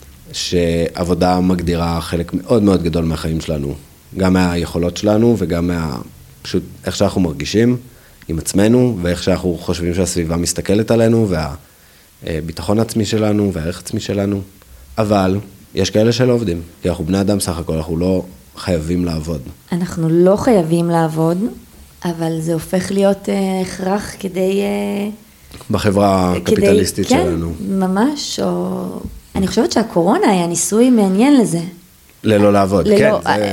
שעבודה מגדירה חלק מאוד מאוד גדול מהחיים שלנו, גם מהיכולות שלנו וגם פשוט איך שאנחנו מרגישים עם עצמנו, ואיך שאנחנו חושבים שהסביבה מסתכלת עלינו, והביטחון העצמי שלנו והערך עצמי שלנו. אבל יש כאלה שלא עובדים, כי אנחנו בני אדם סך הכל, אנחנו לא חייבים לעבוד. אנחנו לא חייבים לעבוד, אבל זה הופך להיות הכרח כדי... בחברה הקפיטליסטית שלנו. כן, ממש, או... אני חושבת שהקורונה היה ניסוי מעניין לזה. ללא לעבוד, כן.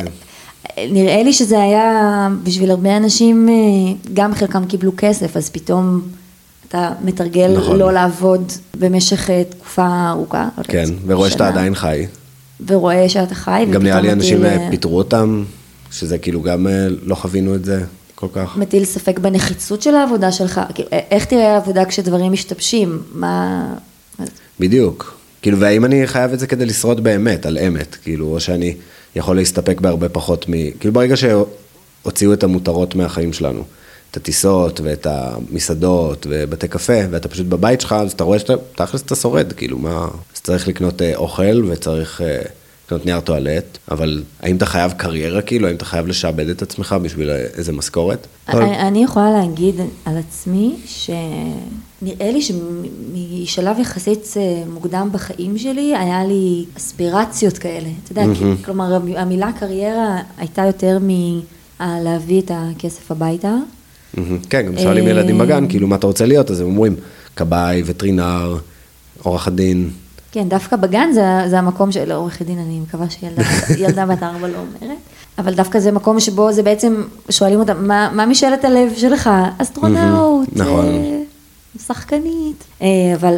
נראה לי שזה היה בשביל הרבה אנשים, גם חלקם קיבלו כסף, אז פתאום אתה מתרגל לא לעבוד במשך תקופה ארוכה. כן, ורואה שאתה עדיין חי. ורואה שאתה חי. גם נראה לי אנשים פיתרו אותם, שזה כאילו גם לא חווינו את זה כל כך. מטיל ספק בנחיצות של העבודה שלך. איך תראה העבודה כשדברים משתבשים? מה... בדיוק. כאילו, והאם אני חייב את זה כדי לשרוד באמת, על אמת, כאילו, או שאני יכול להסתפק בהרבה פחות כאילו, ברגע שהוציאו את המותרות מהחיים שלנו, את הטיסות ואת המסעדות ובתי קפה, ואתה פשוט בבית שלך, אז אתה רואה תכלס אתה שורד, כאילו, מה... אז צריך לקנות אוכל וצריך לקנות נייר טואלט, אבל האם אתה חייב קריירה, כאילו, האם אתה חייב לשעבד את עצמך בשביל איזה משכורת? אני יכולה להגיד על עצמי שנראה לי שמשלב יחסית מוקדם בחיים שלי, היה לי אספירציות כאלה, אתה יודע, כלומר, המילה קריירה הייתה יותר מלהביא את הכסף הביתה. כן, גם שואלים ילדים בגן, כאילו, מה אתה רוצה להיות? אז הם אומרים, קב"י, וטרינר, עורך הדין. כן, דווקא בגן זה המקום של עורך דין, אני מקווה שילדה בת 4 לא אומרת, אבל דווקא זה מקום שבו זה בעצם, שואלים אותם, מה משאלת הלב שלך? אסטרונאוט, שחקנית, אבל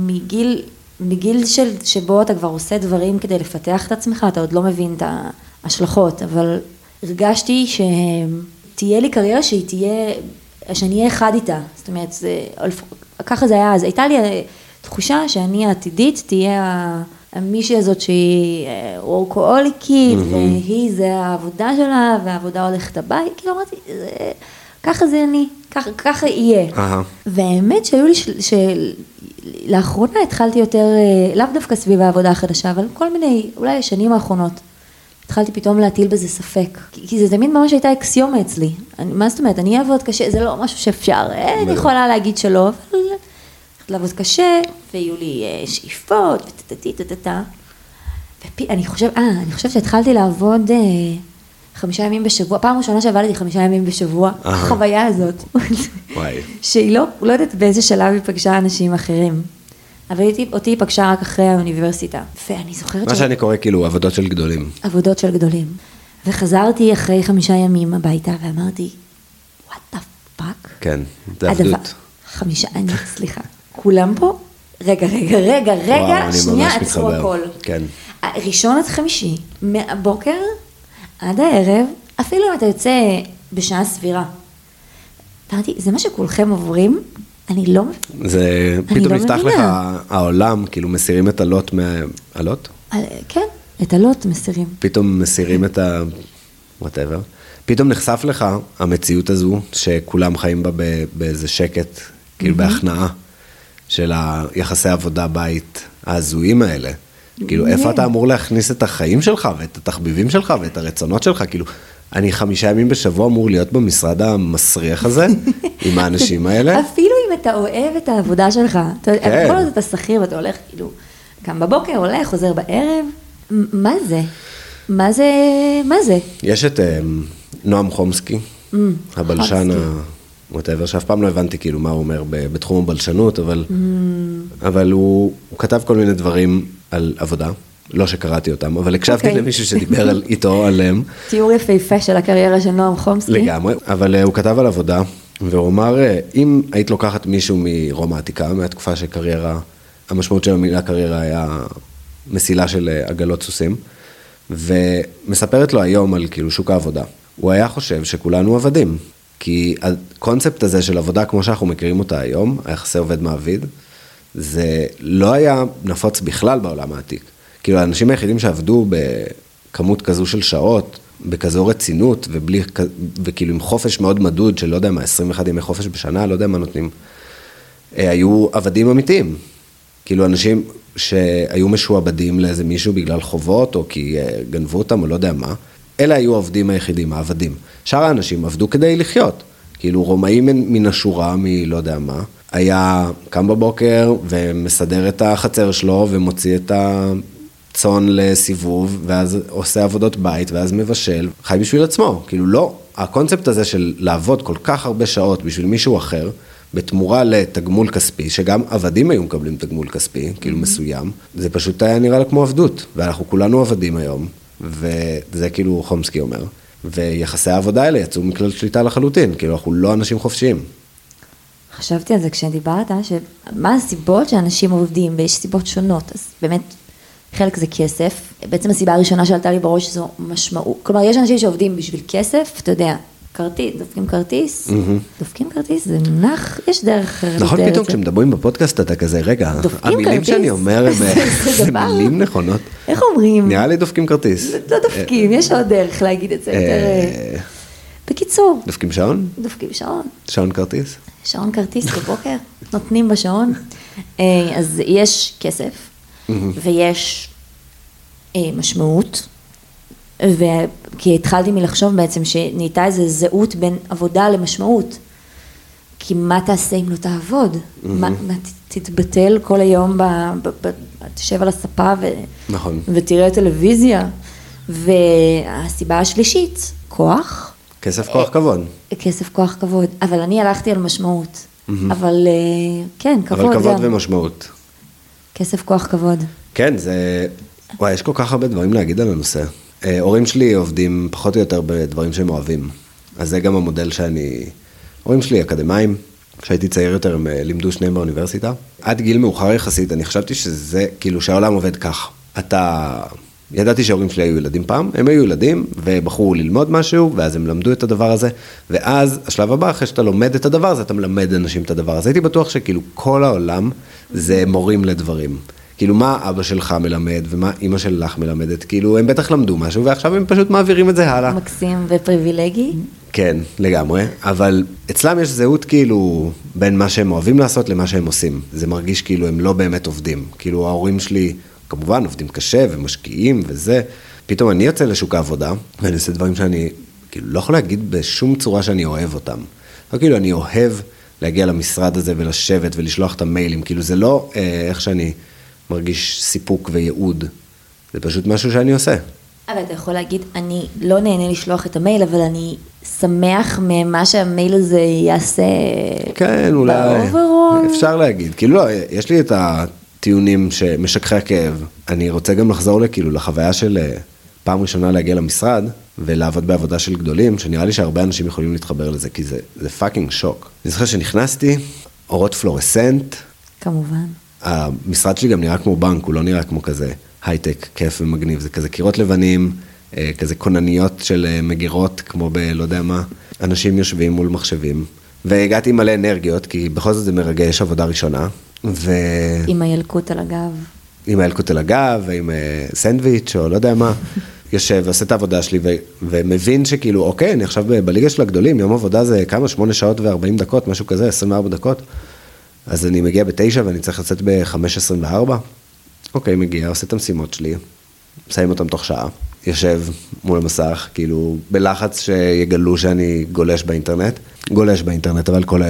מגיל שבו אתה כבר עושה דברים כדי לפתח את עצמך, אתה עוד לא מבין את ההשלכות, אבל הרגשתי שתהיה לי קריירה שאני אהיה אחד איתה, זאת אומרת, ככה זה היה, אז הייתה לי תחושה שאני העתידית תהיה המישהי הזאת שהיא וורקהוליקית, והיא זה העבודה שלה, והעבודה הולכת הבית, כאילו אמרתי, ככה זה אני, ככה יהיה. והאמת שהיו לי, לאחרונה התחלתי יותר, לאו דווקא סביב העבודה החדשה, אבל כל מיני, אולי השנים האחרונות, התחלתי פתאום להטיל בזה ספק, כי זה תמיד ממש הייתה אקסיומה אצלי. מה זאת אומרת, אני אעבוד קשה, זה לא משהו שאפשר, אני יכולה להגיד שלא, אבל לעבוד קשה, ויהיו לי שאיפות, אני חושבת שהתחלתי לעבוד 5 ימים בשבוע, פעם ראשונה שעבדתי 5 ימים בשבוע, החוויה הזאת, שהיא לא יודעת באיזה שלב היא פגשה אנשים אחרים, אבל אותי היא פגשה רק אחרי האוניברסיטה, ואני זוכרת מה שאני קורא כאילו עבודות של גדולים. עבודות של גדולים, וחזרתי אחרי 5 ימים הביתה, ואמרתי, what the fuck? כן, זה עבדות. 5, סליחה. כולם פה? רגע, שנייה, עצרו הכל. כן. 1 עד 5, מהבוקר עד הערב, אפילו אם אתה יוצא בשעה סבירה. אמרתי, זה מה שכולכם עוברים? אני לא מבינה. זה פתאום נפתח לך העולם, כאילו מסירים את הלוט הלוט? כן, את הלוט מסירים. פתאום מסירים את whatever. פתאום נחשף לך המציאות הזו, שכולם חיים בה באיזה שקט, כאילו בהכנעה. של היחסי עבודה בית ההזויים האלה. כאילו, איפה אתה אמור להכניס את החיים שלך, ואת התחביבים שלך, ואת הרצונות שלך? כאילו, אני 5 ימים בשבוע אמור להיות במשרד המסריח הזה, עם האנשים האלה. אפילו אם אתה אוהב את העבודה שלך. כן. כל עוד אתה שכיר ואתה הולך, כאילו, קם בבוקר, הולך, חוזר בערב. מה זה? מה זה? יש את נועם חומסקי, הבלשן whatever, שאף פעם לא הבנתי כאילו מה הוא אומר בתחום הבלשנות, אבל הוא כתב כל מיני דברים על עבודה, לא שקראתי אותם, אבל הקשבתי למישהו שדיבר איתו עליהם. תיאור יפהפה של הקריירה של נועם חומסקי. לגמרי, אבל הוא כתב על עבודה, והוא אמר, אם היית לוקחת מישהו מרומא העתיקה, מהתקופה שקריירה, המשמעות של המילה קריירה היה מסילה של עגלות סוסים, ומספרת לו היום על כאילו שוק העבודה. הוא היה חושב שכולנו עבדים, כי הקונספט הזה של עבודה כמו שאנחנו מכירים אותה היום, היחסי עובד מעביד, זה לא היה נפוץ בכלל בעולם העתיק. כאילו האנשים היחידים שעבדו בכמות כזו של שעות, בכזו רצינות, וכאילו עם חופש מאוד מדוד, של לא יודע מה, 21 ימי חופש בשנה, לא יודע מה נותנים, היו עבדים אמיתיים. כאילו אנשים שהיו משועבדים לאיזה מישהו בגלל חובות, או כי גנבו אותם, או לא יודע מה, אלה היו העובדים היחידים, העבדים. שאר האנשים עבדו כדי לחיות. כאילו רומאים מן השורה, מלא יודע מה, היה קם בבוקר ומסדר את החצר שלו, ומוציא את הצאן לסיבוב, ואז עושה עבודות בית, ואז מבשל, חי בשביל עצמו. כאילו לא, הקונספט הזה של לעבוד כל כך הרבה שעות בשביל מישהו אחר, בתמורה לתגמול כספי, שגם עבדים היו מקבלים תגמול כספי, כאילו מסוים, זה פשוט היה נראה לה כמו עבדות, ואנחנו כולנו עבדים היום, וזה כאילו חומסקי אומר, ויחסי העבודה האלה יצאו מכלל שליטה לחלוטין, כאילו אנחנו לא אנשים חופשיים. חשבתי על זה כשדיברת, מה הסיבות שאנשים עובדים, ויש סיבות שונות, אז באמת חלק זה כסף, בעצם הסיבה הראשונה שעלתה לי בראש זו משמעות, כלומר יש אנשים שעובדים בשביל כסף, אתה יודע, כרטיס, דופקים כרטיס, דופקים כרטיס, זה מונח, יש דרך אחרת. נכון, פתאום כשמדברים בפודקאסט אתה כזה, רגע, המילים שאני אומר, זה מילים נכונות. איך אומרים? נראה לי דופקים כרטיס. לא דופקים, יש עוד דרך להגיד את זה. בקיצור. דופקים שעון? דופקים שעון. שעון כרטיס? שעון כרטיס בבוקר, נותנים בשעון. אז יש כסף, ויש משמעות, כי התחלתי מלחשוב בעצם שנהייתה איזו זהות בין עבודה למשמעות. כי מה תעשה אם לא תעבוד? מה תתבטל כל היום, תשב על הספה ותראה טלוויזיה. והסיבה השלישית, כוח. כסף, כוח, כבוד. כסף, כוח, כבוד. אבל אני הלכתי על משמעות. אבל כן, כבוד גם. אבל כבוד ומשמעות. כסף, כוח, כבוד. כן, זה... וואי, יש כל כך הרבה דברים להגיד על הנושא. הורים שלי עובדים פחות או יותר בדברים שהם אוהבים. אז זה גם המודל שאני... הורים שלי אקדמיים, כשהייתי צעיר יותר הם לימדו שניהם באוניברסיטה. עד גיל מאוחר יחסית, אני חשבתי שזה כאילו שהעולם עובד כך. ידעתי שההורים שלי היו ילדים פעם, הם היו ילדים ובחרו ללמוד משהו, ואז הם למדו את הדבר הזה, ואז השלב הבא, אחרי שאתה לומד את הדבר הזה, אתה מלמד אנשים את הדבר הזה. הייתי בטוח שכאילו כל העולם זה מורים לדברים. כאילו מה אבא שלך מלמד ומה אמא שלך מלמדת, כאילו הם בטח למדו משהו ועכשיו הם פשוט מעבירים את זה הלאה. מקסים ופריבילגי. כן, לגמרי, אבל אצלם יש זהות כאילו בין מה שהם אוהבים לעשות למה שהם עושים. זה מרגיש כאילו הם לא באמת עובדים. כאילו ההורים שלי כמובן עובדים קשה ומשקיעים וזה. פתאום אני יוצא לשוק העבודה ואני עושה דברים שאני כאילו לא יכול להגיד בשום צורה שאני אוהב אותם. לא כאילו אני אוהב להגיע למשרד הזה ולשבת ולשלוח את המיילים. כאילו זה לא איך שאני מרגיש סיפוק וייעוד. זה פשוט משהו שאני עושה. אבל אתה יכול להגיד, אני לא נהנה לשלוח את המייל, אבל אני שמח ממה שהמייל הזה יעשה. כן, אולי. באוברול. אפשר להגיד. כאילו לא, יש לי את הטיעונים שמשככי הכאב. אני רוצה גם לחזור לכאילו לחוויה של פעם ראשונה להגיע למשרד, ולעבוד בעבודה של גדולים, שנראה לי שהרבה אנשים יכולים להתחבר לזה, כי זה פאקינג שוק. אני זוכר שנכנסתי, אורות פלורסנט. כמובן. המשרד שלי גם נראה כמו בנק, הוא לא נראה כמו כזה הייטק, כיף ומגניב, זה כזה קירות לבנים, כזה כונניות של מגירות, כמו לא יודע מה, אנשים יושבים מול מחשבים, והגעתי מלא אנרגיות, כי בכל זאת זה מרגש עבודה ראשונה, עם הילקוט על הגב. עם הילקוט על הגב, ועם סנדוויץ' או לא יודע מה, יושב ועושה את העבודה שלי, ומבין שכאילו, אוקיי, אני עכשיו בליגה של הגדולים, יום עבודה זה כמה, 8 שעות ו40 דקות, משהו כזה, 24 דקות, אז אני מגיע ב9 ואני צריך לצאת ב5:24. אוקיי, מגיע, עושה את המשימות שלי, מסיים אותם תוך שעה, יושב מול המסך, כאילו בלחץ שיגלו שאני גולש באינטרנט, אבל כל היום.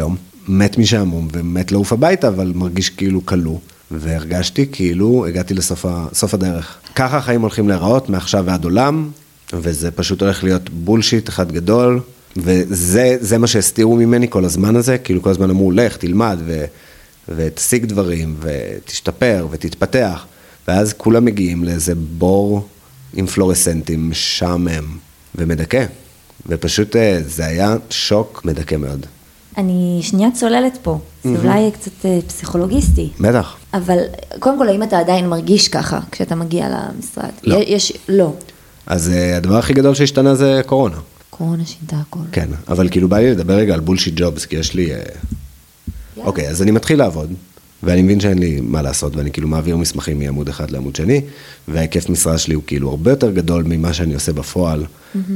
מת משעמום ומת לעוף הביתה, אבל מרגיש כאילו קלו. והרגשתי כאילו הגעתי לסוף הדרך. ככה החיים הולכים להיראות מעכשיו ועד עולם, וזה פשוט הולך להיות בולשיט אחד גדול, וזה מה שהסתירו ממני כל הזמן הזה, כאילו כל הזמן אמרו, לך, תלמד, ותשיג דברים, ותשתפר, ותתפתח, ואז כולם מגיעים לאיזה בור עם פלורסנטים משעמם ומדכא, ופשוט זה היה שוק מדכא מאוד. אני שנייה צוללת פה, זה אולי קצת פסיכולוגיסטי. בטח. אבל קודם כל, האם אתה עדיין מרגיש ככה כשאתה מגיע למשרד? לא. לא. אז הדבר הכי גדול שהשתנה זה קורונה. קורונה שינתה הכל. כן, אבל כאילו בא לי לדבר רגע על בולשיט ג'ובס, כי יש לי... אוקיי, אז אני מתחיל לעבוד, ואני מבין שאין לי מה לעשות, ואני כאילו מעביר מסמכים מעמוד אחד לעמוד שני, וההיקף משרה שלי הוא כאילו הרבה יותר גדול ממה שאני עושה בפועל,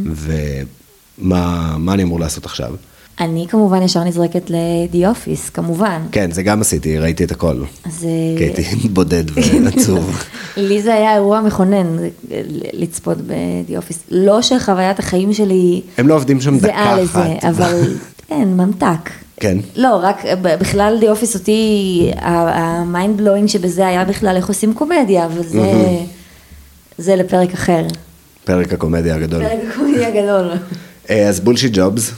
ומה אני אמור לעשות עכשיו? אני כמובן ישר נזרקת ל-The Office, כמובן. כן, זה גם עשיתי, ראיתי את הכל. אז... כי הייתי בודד ועצוב. לי זה היה אירוע מכונן לצפות ב-The Office. לא שחוויית החיים שלי... הם לא עובדים שם דקה אחת. זה אבל כן, ממתק. כן. לא, רק בכלל The Office אותי, המיינד בלואינג שבזה היה בכלל איך עושים קומדיה, אבל זה לפרק אחר. פרק הקומדיה הגדול. פרק הקומדיה הגדול. אז בולשיט ג'ובס,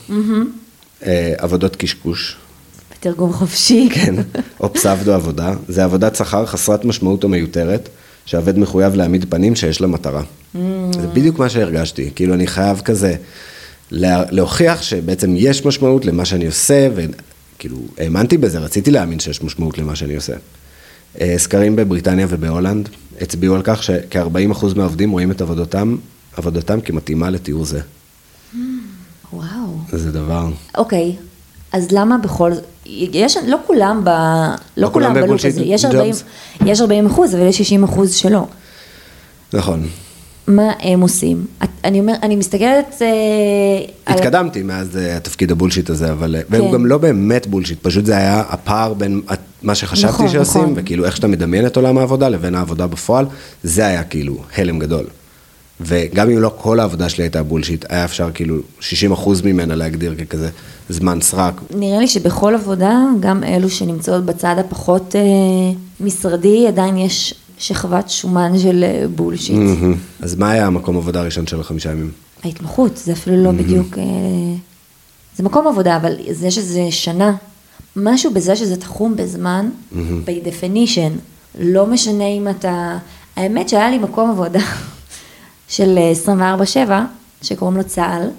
עבודות קשקוש. בתרגום חופשי. כן, או פסבדו עבודה. זה עבודת שכר חסרת משמעות או מיותרת, שהעובד מחויב להעמיד פנים שיש לה מטרה. זה בדיוק מה שהרגשתי. כאילו אני חייב כזה להוכיח שבעצם יש משמעות למה שאני עושה, וכאילו האמנתי בזה, רציתי להאמין שיש משמעות למה שאני עושה. סקרים בבריטניה ובהולנד הצביעו על כך שכ-40% מהעובדים רואים את עבודתם כמתאימה לתיאור זה. וואו. זה דבר. אוקיי, אז למה בכל זאת, לא כולם בלוק הזה, יש 40%, אבל יש 60% שלא. נכון. מה הם עושים? אני מסתכלת... התקדמתי מאז התפקיד הבולשיט הזה, והוא גם לא באמת בולשיט, פשוט זה היה הפער בין מה שחשבתי שעושים, וכאילו איך שאתה מדמיין את עולם העבודה לבין העבודה בפועל, זה היה כאילו הלם גדול. וגם אם לא כל העבודה שלי הייתה בולשיט, היה אפשר כאילו 60% ממנה להגדיר ככזה זמן סרק. נראה לי שבכל עבודה, גם אלו שנמצאות בצד הפחות משרדי, עדיין יש שכבת שומן של בולשיט. אז מה היה המקום עבודה הראשון של 5 ימים? ההתמחות, זה אפילו לא בדיוק, זה מקום עבודה, אבל זה שזה שנה, משהו בזה שזה תחום בזמן, by definition, לא משנה אם אתה, האמת שהיה לי מקום עבודה, של 24/7, שקוראים לו צה"ל.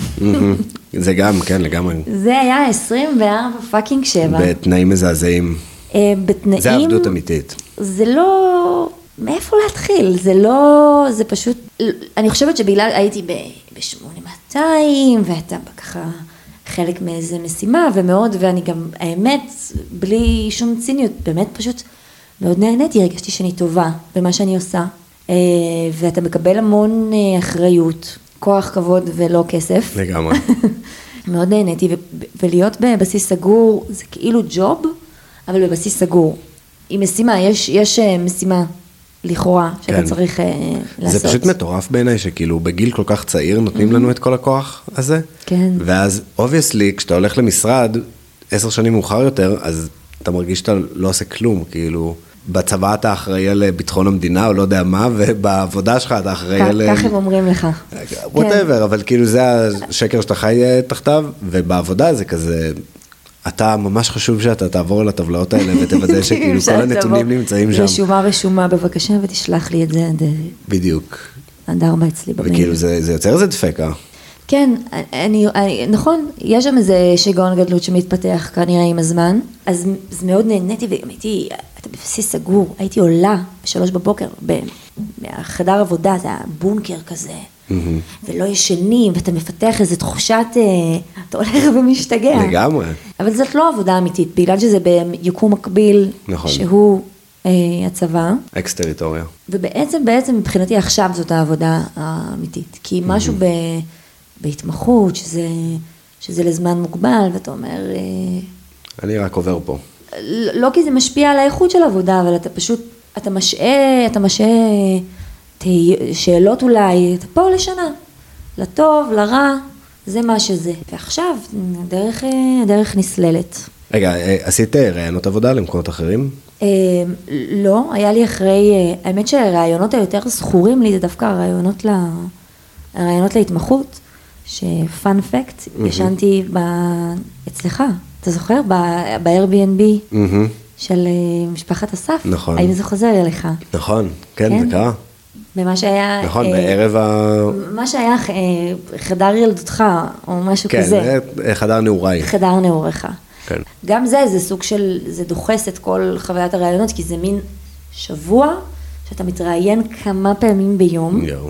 זה גם, כן, לגמרי. זה היה 24/7. בתנאים מזעזעים. בתנאים... זה עבדות אמיתית. זה לא... מאיפה להתחיל? זה לא... זה פשוט... אני חושבת שבגלל הייתי ב-8200, ואתה ככה חלק מאיזה משימה, ומאוד, ואני גם, האמת, בלי שום ציניות, באמת פשוט מאוד נהניתי, הרגשתי שאני טובה במה שאני עושה. ואתה מקבל המון אחריות, כוח, כבוד ולא כסף. לגמרי. מאוד נהניתי, ולהיות בבסיס סגור, זה כאילו ג'וב, אבל בבסיס סגור. עם משימה, יש משימה לכאורה שאתה צריך לעשות. זה פשוט מטורף בעיניי, שכאילו בגיל כל כך צעיר נותנים לנו את כל הכוח הזה. כן. ואז, obviously, כשאתה הולך למשרד, 10 שנים מאוחר יותר, אז אתה מרגיש שאתה לא עושה כלום, כאילו... בצבא אתה אחראי על ביטחון המדינה, או לא יודע מה, ובעבודה שלך אתה אחראי על... כך הם אומרים לך. whatever, אבל כאילו זה השקר שאתה חי תחתיו, ובעבודה זה כזה, אתה ממש חשוב שאתה תעבור על הטבלאות האלה, ותוודא שכאילו כל הנתונים נמצאים שם. רשומה בבקשה, ותשלח לי את זה בדיוק. עד 4 אצלי במייל. וכאילו זה יוצר איזה דפקה. כן, נכון, יש שם איזה שיגעון גדלות שמתפתח כנראה עם הזמן, אז מאוד נהניתי והייתי, אתה בבסיס סגור, הייתי עולה ב3 בבוקר, מהחדר עבודה, זה היה בונקר כזה, ולא ישנים, ואתה מפתח איזו תחושת, אתה הולך ומשתגע. לגמרי. אבל זאת לא עבודה אמיתית, בגלל שזה ביקום מקביל, שהוא הצבא. אקס-טריטוריה. ובעצם מבחינתי עכשיו זאת העבודה האמיתית, כי משהו בהתמחות, שזה לזמן מוגבל, ואתה אומר... אני רק עובר פה. לא כי זה משפיע על האיכות של העבודה, אבל אתה פשוט, אתה משעה שאלות אולי, אתה פה לשנה, לטוב, לרע, זה מה שזה. ועכשיו, הדרך נסללת. רגע, עשית רעיונות עבודה למקומות אחרים? לא, היה לי אחרי, האמת שהרעיונות היותר זכורים לי, זה דווקא הרעיונות להתמחות, שפאנ פקט, ישנתי אצלך, אתה זוכר? ב-Airbnb של משפחת אסף. נכון. האם זה חוזר אליך? נכון, כן, זה קרה. במה שהיה... נכון, בערב מה שהיה חדר ילדותך, או משהו כזה. כן, חדר נעוריי. חדר נעוריך. כן. גם זה סוג של, זה דוחס את כל חוויית הרעיונות, כי זה מין שבוע שאתה מתראיין כמה פעמים ביום. יואו.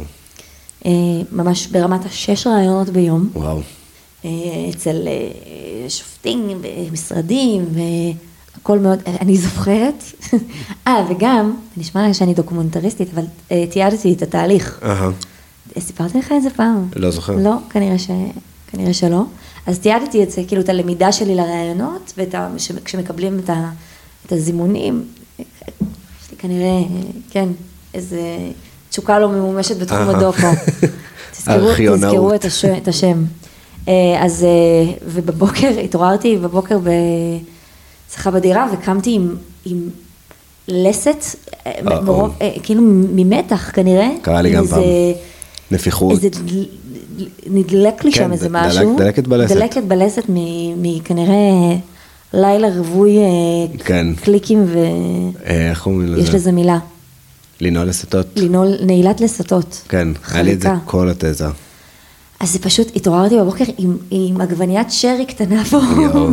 ממש ברמת 6 רעיונות ביום. וואו. אצל שופטים, משרדים, והכל מאוד, אני זוכרת. וגם, נשמע לי שאני דוקומנטריסטית, אבל תיעדתי את התהליך. סיפרתי לך את זה פעם? לא זוכר. לא, כנראה שלא. אז תיעדתי את זה, כאילו, את הלמידה שלי לרעיונות, וכשמקבלים את הזימונים, יש לי כנראה, כן, איזה תשוקה לא ממומשת בתחום הדוקו. תזכרו את השם. אז, ובבוקר, התעוררתי בבוקר בשיחה בדירה, וקמתי עם לסת, כאילו ממתח כנראה. קרה לי גם פעם. נפיחות. נדלק לי שם איזה משהו. דלקת בלסת. דלקת בלסת מכנראה לילה רווי קליקים איך אומרים לזה? יש לזה מילה. לינול לסתות. נעילת לסתות. כן, היה לי את זה כל התזה. אז זה פשוט, התעוררתי בבוקר עם עגבניית שרי קטנה פה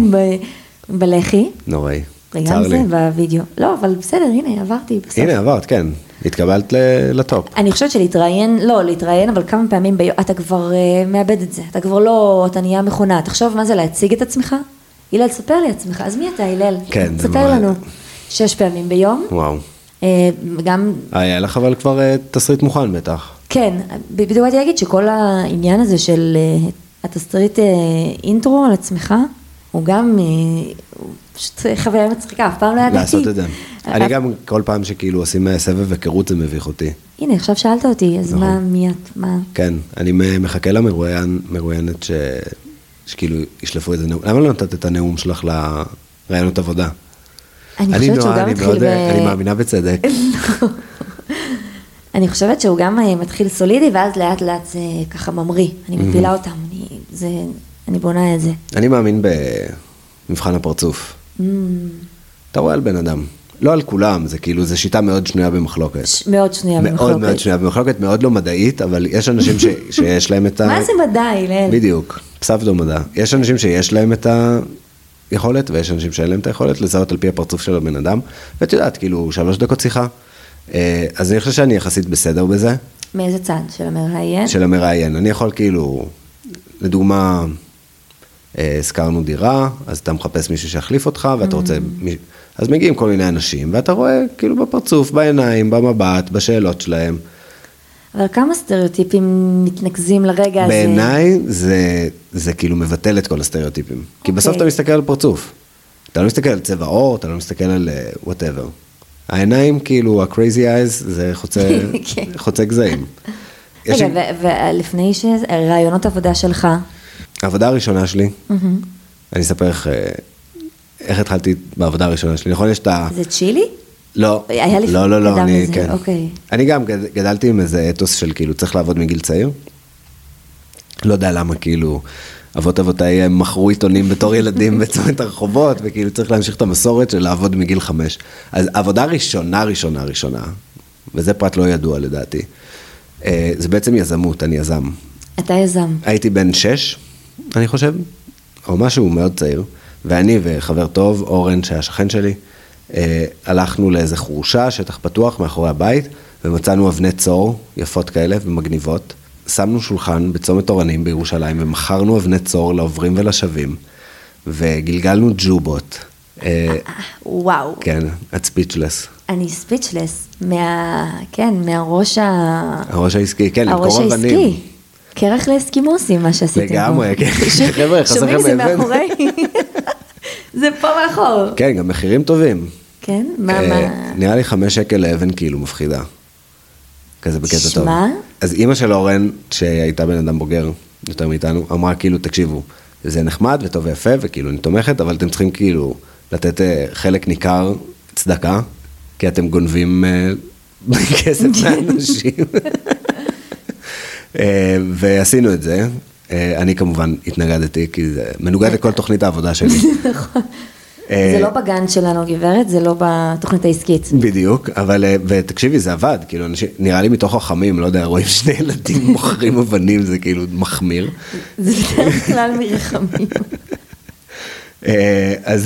בלחי. נוראי. וגם זה בווידאו. לא, אבל בסדר, הנה, עברתי בסוף. הנה, עברת, כן. התקבלת לטופ. אני חושבת שלהתראיין, אבל כמה פעמים ביום, אתה כבר מאבד את זה. אתה כבר לא, אתה נהיה מכונה. תחשוב מה זה להציג את עצמך. הלל, תספר לי עצמך. אז מי אתה, הלל? כן. תספר לנו. 6 פעמים ביום. וואו. גם... היה לך אבל כבר תסריט מוכן בטח. כן, בדיוק באתי להגיד שכל העניין הזה של התסריט אינטרו על עצמך, הוא גם פשוט חוויה מצחיקה, אף פעם לא ידעתי. לעשות את זה. אני גם כל פעם שכאילו עושים סבב וקרות זה מביך אותי. הנה, עכשיו שאלת אותי, אז מי את? מה? כן, אני מחכה למרואיינת שכאילו ישלפו איזה נאום. למה לא נתת את הנאום שלך לרעיונות עבודה? אני חושבת שהוא גם מתחיל אני מאמינה בצדק. אני חושבת שהוא גם מתחיל סולידי, ואז לאט לאט זה ככה ממריא. אני מפילה אותם, אני בונה את זה. אני מאמין במבחן הפרצוף. אתה רואה על בן אדם. לא על כולם, זה כאילו, זה שיטה מאוד שנויה במחלוקת. מאוד שנויה במחלוקת. מאוד מאוד שנויה במחלוקת, מאוד לא מדעית, אבל יש אנשים שיש להם את ה... מה זה מדעי, ליל? בדיוק, פסבדו מדע. יש אנשים שיש להם את היכולת, ויש אנשים שאין להם את היכולת לזהות על פי הפרצוף של הבן אדם, ואת יודעת, כאילו, 3 דקות שיחה. אז אני חושב שאני יחסית בסדר בזה. מאיזה צד? של המראיין? של המראיין. אני יכול כאילו, לדוגמה, הזכרנו דירה, אז אתה מחפש מישהו שיחליף אותך, ואתה רוצה... אז מגיעים כל מיני אנשים, ואתה רואה כאילו בפרצוף, בעיניים, במבט, בשאלות שלהם. אבל כמה סטריאוטיפים מתנקזים לרגע הזה? בעיניי זה כאילו מבטל את כל הסטריאוטיפים. כי בסוף אתה מסתכל על פרצוף. אתה לא מסתכל על צבע עור, אתה לא מסתכל על whatever. העיניים, כאילו, ה-crazy eyes, זה חוצה גזעים. רגע, ולפני רעיונות עבודה שלך? העבודה הראשונה שלי, אני אספר איך התחלתי בעבודה הראשונה שלי. נכון, יש את ה... זה צ'ילי? לא, לא, אני, כן. אני גם גדלתי עם איזה אתוס של כאילו, צריך לעבוד מגיל צעיר. לא יודע למה, כאילו, אבותיי מכרו עיתונים בתור ילדים בצומת הרחובות, וכאילו צריך להמשיך את המסורת של לעבוד מגיל 5. אז עבודה ראשונה, וזה פרט לא ידוע לדעתי, זה בעצם יזמות, אני יזם. אתה יזם. הייתי בן 6, אני חושב, או משהו מאוד צעיר, ואני וחבר טוב, אורן, שהיה שכן שלי, הלכנו לאיזה חורשה, שטח פתוח מאחורי הבית, ומצאנו אבני צור יפות כאלה ומגניבות. שמנו שולחן בצומת אורנים בירושלים, ומכרנו אבני צור לעוברים ולשבים, וגלגלנו ג'ובות. וואו. כן, את ספיצ'לס. אני ספיצ'לס, מהראש הראש העסקי, כן, למכור אבנים. הראש העסקי. קרח לאסקימוסים, מה שעשיתם פה. לגמרי, כן. חבר'ה, חסכם שומעים זה מאחורי. זה פה מאחור. כן, גם מחירים טובים. כן? מה? נראה לי 5 שקל לאבן כאילו מפחידה. כזה בקטע טוב. שמה? אז אמא של אורן, שהייתה בן אדם בוגר יותר מאיתנו, אמרה כאילו, תקשיבו, זה נחמד וטוב ויפה, וכאילו אני תומכת, אבל אתם צריכים כאילו לתת חלק ניכר צדקה, כי אתם גונבים כסף מאנשים. ועשינו את זה. אני כמובן התנגדתי, כי זה מנוגד לכל תוכנית העבודה שלי. נכון. זה לא בגן שלנו, גברת, זה לא בתוכנית העסקית. בדיוק, אבל, ותקשיבי, זה עבד, כאילו, נראה לי מתוך החמים, לא יודע, רואים שני ילדים מוכרים אבנים, זה כאילו מחמיר. זה בדרך כלל מרחמים. אז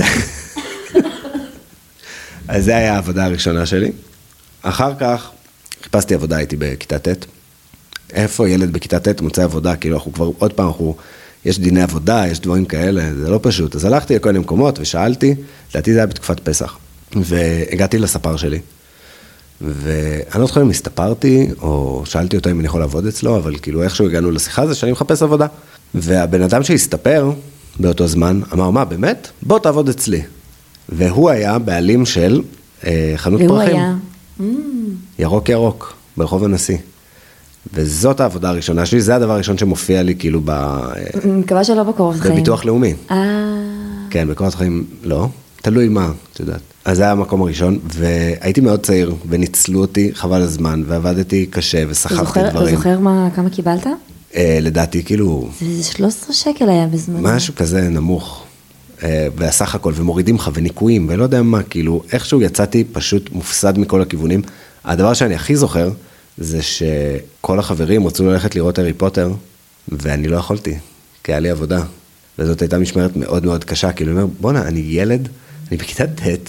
זה היה העבודה הראשונה שלי. אחר כך חיפשתי עבודה, הייתי בכיתה ט'. איפה ילד בכיתה ט' מוצא עבודה, כאילו אנחנו כבר עוד פעם, יש דיני עבודה, יש דברים כאלה, זה לא פשוט. אז הלכתי לכל מיני מקומות ושאלתי, לדעתי זה היה בתקופת פסח, והגעתי לספר שלי. ואני לא זוכר אם הסתפרתי, או שאלתי אותו אם אני יכול לעבוד אצלו, אבל כאילו איכשהו הגענו לשיחה זה שאני מחפש עבודה. והבן אדם שהסתפר באותו זמן, אמר, מה, באמת? בוא תעבוד אצלי. והוא היה בעלים של חנות פרחים. והוא היה? ירוק ירוק, ברחוב הנשיא. וזאת העבודה הראשונה שלי, זה הדבר הראשון שמופיע לי כאילו מקווה שלא בקורות חיים. בביטוח לאומי. כן, בקורות חיים לא, תלוי מה, את יודעת. אז זה היה המקום הראשון, והייתי מאוד צעיר, וניצלו אותי חבל הזמן, ועבדתי קשה, ושחקתי דברים. אתה זוכר כמה קיבלת? לדעתי כאילו... זה 13 שקל היה בזמן. משהו כזה נמוך. והסך הכל, ומורידים לך, וניקויים, ולא יודע מה, כאילו, איכשהו יצאתי פשוט מופסד מכל הכיוונים. הדבר שאני הכי זוכר, זה שכל החברים רצו ללכת לראות הארי פוטר, ואני לא יכולתי, כי היה לי עבודה. וזאת הייתה משמרת מאוד מאוד קשה, כאילו אני אומר, בונה, אני ילד, אני בכיתה ט',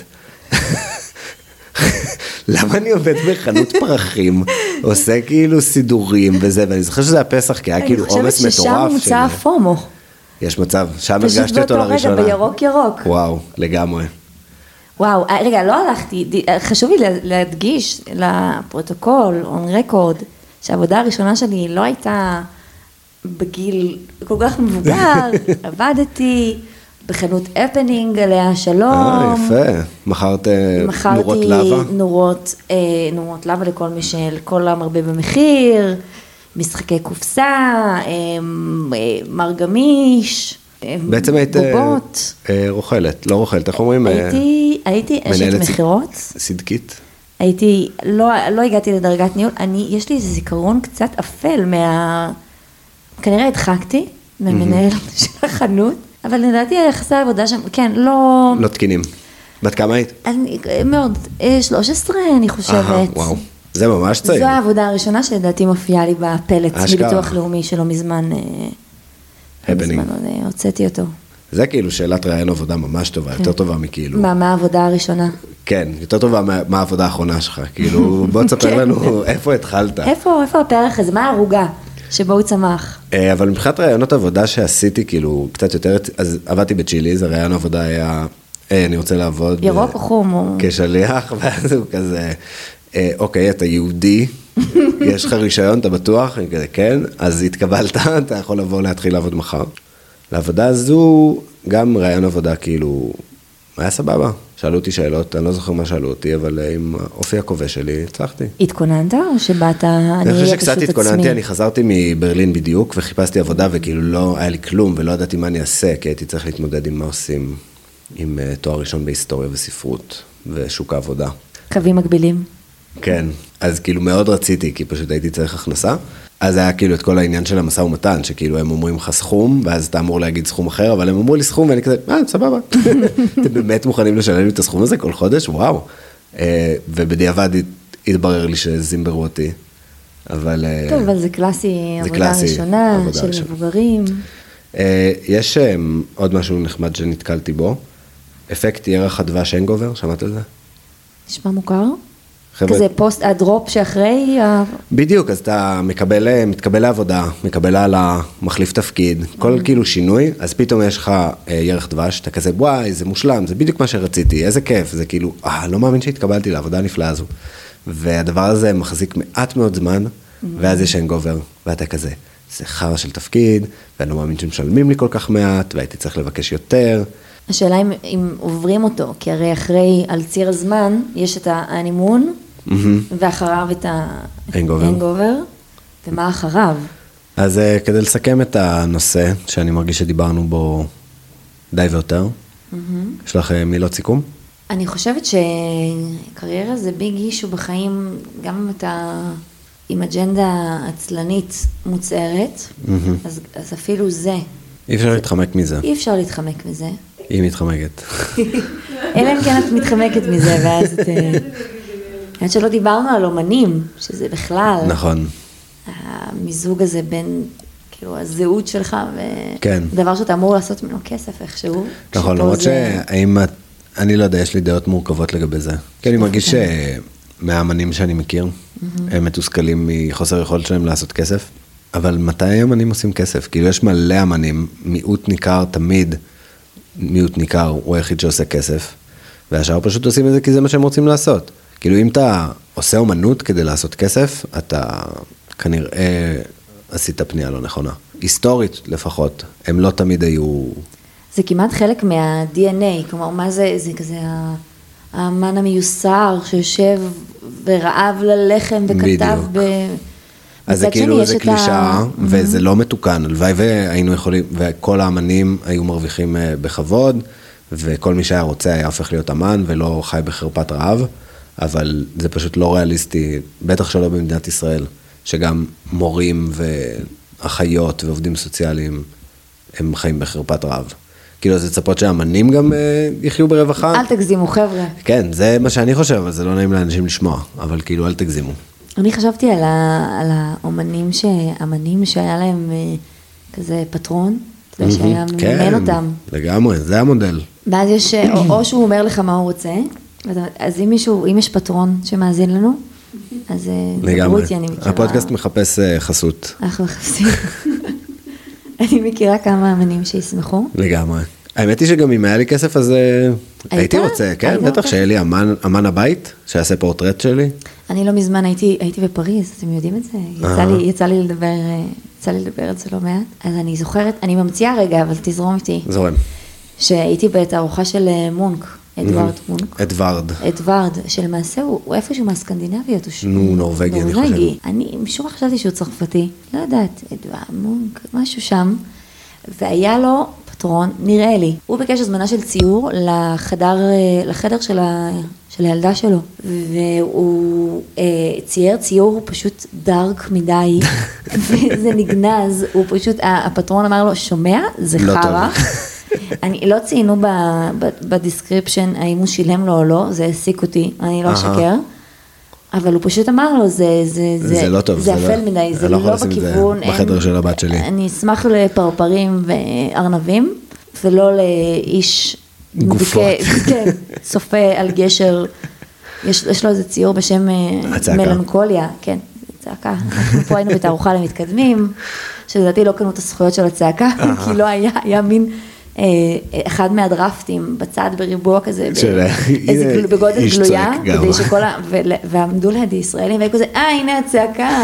למה אני עובד בחנות פרחים, עושה כאילו סידורים וזה, ואני זוכר שזה הפסח, כי היה כאילו עומס מטורף. אני חושבת ששם מוצא הפומו. יש מצב, שם הרגשתי אותו לראשונה. פשוט בירוק ירוק. וואו, לגמרי. וואו, רגע, לא הלכתי, חשוב לי להדגיש לפרוטוקול, on record, שהעבודה הראשונה שלי לא הייתה בגיל כל כך מבוגר, עבדתי בחנות הפנינג עליה שלום. יפה, מכרת נורות לבה? מכרתי נורות לבה לכל המרבה במחיר, משחקי קופסה, מרגמיש, בעצם היית בובות. רוכלת, לא רוכלת, איך אומרים? הייתי אשת מחירות. סדקית? לא הגעתי לדרגת ניהול, יש לי איזה זיכרון קצת אפל כנראה הדחקתי ממנהל של החנות, אבל לדעתי יחסי העבודה שם, כן, לא... לא תקינים. בת כמה היית? מאוד, 13 אני חושבת. וואו, זה ממש צעיר. זו העבודה הראשונה שלדעתי מופיעה לי בפלט, מביטוח לאומי שלא מזמן... הוצאתי אותו. זה כאילו שאלת רעיון עבודה ממש טובה, יותר טובה מכאילו... מה העבודה הראשונה? כן, יותר טובה מה העבודה האחרונה שלך, כאילו בוא תספר לנו איפה התחלת. איפה הפרח הזה, מה הערוגה שבו הוא צמח? אבל מבחינת רעיונות עבודה שעשיתי כאילו קצת יותר, אז עבדתי בצ'יליז, הרעיון עבודה היה, אני רוצה לעבוד... ירוק או חום? כשליח, ואז הוא כזה, אוקיי, אתה יהודי, יש לך רישיון, אתה בטוח? אני כזה, כן, אז התקבלת, אתה יכול לבוא להתחיל לעבוד מחר. לעבודה הזו, גם רעיון עבודה כאילו, היה סבבה. שאלו אותי שאלות, אני לא זוכר מה שאלו אותי, אבל עם האופי הכובש שלי, הצלחתי. התכוננת או שבאת, אני חושב שקצת התכוננתי, אני חזרתי מברלין בדיוק, וחיפשתי עבודה, וכאילו לא היה לי כלום, ולא ידעתי מה אני אעשה, כי הייתי צריך להתמודד עם מה עושים, עם תואר ראשון בהיסטוריה וספרות, ושוק העבודה. קווים מקבילים. כן, אז כאילו מאוד רציתי, כי פשוט הייתי צריך הכנסה. אז היה כאילו את כל העניין של המשא ומתן, שכאילו הם אומרים לך סכום, ואז אתה אמור להגיד סכום אחר, אבל הם אמרו לי סכום, ואני כזה, סבבה. אתם באמת מוכנים לשלם לי את הסכום הזה כל חודש? וואו. ובדיעבד התברר לי שזימברו אותי. אבל... טוב, אבל זה קלאסי, עבודה ראשונה, של מבוגרים. יש עוד משהו נחמד שנתקלתי בו. אפקט ירח הדבש הנגובר, שמעת על זה? נשמע מוכר? כזה פוסט, הדרופ שאחרי... בדיוק, אז אתה מתקבל לעבודה, מקבל הלאה, מחליף תפקיד, כל כאילו שינוי, אז פתאום יש לך ירח דבש, אתה כזה, וואי, זה מושלם, זה בדיוק מה שרציתי, איזה כיף, זה כאילו, לא מאמין שהתקבלתי לעבודה הנפלאה הזו. והדבר הזה מחזיק מעט מאוד זמן, ואז יש הנגובר, ואתה כזה, זה חרא של תפקיד, ואני לא מאמין שמשלמים לי כל כך מעט, והייתי צריך לבקש יותר. השאלה אם עוברים אותו, כי הרי אחרי, על ציר הזמן, יש את הנימון, ואחריו את ההנגובר, ומה אחריו? אז כדי לסכם את הנושא, שאני מרגיש שדיברנו בו די ויותר, יש לך מילות סיכום? אני חושבת שקריירה זה ביג אישו בחיים, גם אם אתה עם אג'נדה עצלנית מוצהרת, אז אפילו זה. אי אפשר להתחמק מזה. אי אפשר להתחמק מזה. היא מתחמקת. אלא אם כן את מתחמקת מזה, ואז את... עד שלא דיברנו על אומנים, שזה בכלל... נכון. המיזוג הזה בין, כאילו, הזהות שלך, כן. ודבר שאתה אמור לעשות ממנו כסף איכשהו. נכון, למרות שהאם... אני לא יודע, יש לי דעות מורכבות לגבי זה. כי אני מרגיש מהאמנים שאני מכיר, הם מתוסכלים מחוסר יכולת שלהם לעשות כסף, אבל מתי האמנים עושים כסף? כאילו יש מלא אמנים, מיעוט ניכר תמיד, מיעוט ניכר הוא היחיד שעושה כסף, והשאר פשוט עושים את זה כי זה מה שהם רוצים לעשות. כאילו אם אתה עושה אומנות כדי לעשות כסף, אתה כנראה עשית פנייה לא נכונה. היסטורית לפחות, הם לא תמיד היו... זה כמעט חלק מה-DNA, כלומר, מה זה, זה כזה האמן המיוסר שיושב ורעב ללחם וכתב ב... אז זה כאילו, זה קלישאה, וזה לא מתוקן, הלוואי והיינו יכולים, וכל האמנים היו מרוויחים בכבוד, וכל מי שהיה רוצה היה הופך להיות אמן, ולא חי בחרפת רעב, אבל זה פשוט לא ריאליסטי, בטח שלא במדינת ישראל, שגם מורים ואחיות ועובדים סוציאליים, הם חיים בחרפת רעב. כאילו, זה צפות שהאמנים גם יחיו ברווחה. אל תגזימו, חבר'ה. כן, זה מה שאני חושב, אבל זה לא נעים לאנשים לשמוע, אבל כאילו, אל תגזימו. אני חשבתי על האמנים שהיה להם כזה פטרון, אתה יודע, שהיה מממן אותם. לגמרי, זה המודל. ואז יש, או שהוא אומר לך מה הוא רוצה, אז אם יש פטרון שמאזין לנו, אז דברו איתי, אני מכירה. הפודקאסט מחפש חסות. אנחנו מחפשים. אני מכירה כמה אמנים שישמחו. לגמרי. האמת היא שגם אם היה לי כסף, אז הייתי רוצה, כן, בטח שיהיה לי אמן הבית, שיעשה פורטרט שלי. אני לא מזמן הייתי בפריז, אתם יודעים את זה? יצא לי לדבר על זה לא מעט. אז אני זוכרת, אני ממציאה רגע, אבל תזרום איתי. זורם. שהייתי בתערוכה של מונק, אדוארד מונק. אדוארד, שלמעשה הוא איפשהו מהסקנדינביות. נו, נורווגי, אני חושב. אני משום חשבתי שהוא צרפתי, לא יודעת, אדוארד מונק, משהו שם, והיה לו פטרון, נראה לי. הוא ביקש הזמנה של ציור לחדר של הילדה שלו, והוא צייר ציור פשוט דארק מדי, וזה נגנז, הוא פשוט, הפטרון אמר לו, שומע? זה חרא. לא ציינו בדיסקריפשן האם הוא שילם לו או לא, זה העסיק אותי, אני לא אשקר, אבל הוא פשוט אמר לו, זה לא טוב, זה אפל מדי, זה לא בכיוון, בחדר של הבת שלי. אני אשמח לפרפרים וארנבים, ולא לאיש גופות. כן, צופה על גשר, יש לו איזה ציור בשם מלנקוליה, כן, צעקה, אנחנו פה היינו בתערוכה למתקדמים, שלדעתי לא קנו את הזכויות של הצעקה, כי לא היה מין אחד מהדרפטים בצד בריבוע כזה, בגודל גלויה, כדי שכל ועמדו לידי ישראלים, והיו כזה, הנה הצעקה,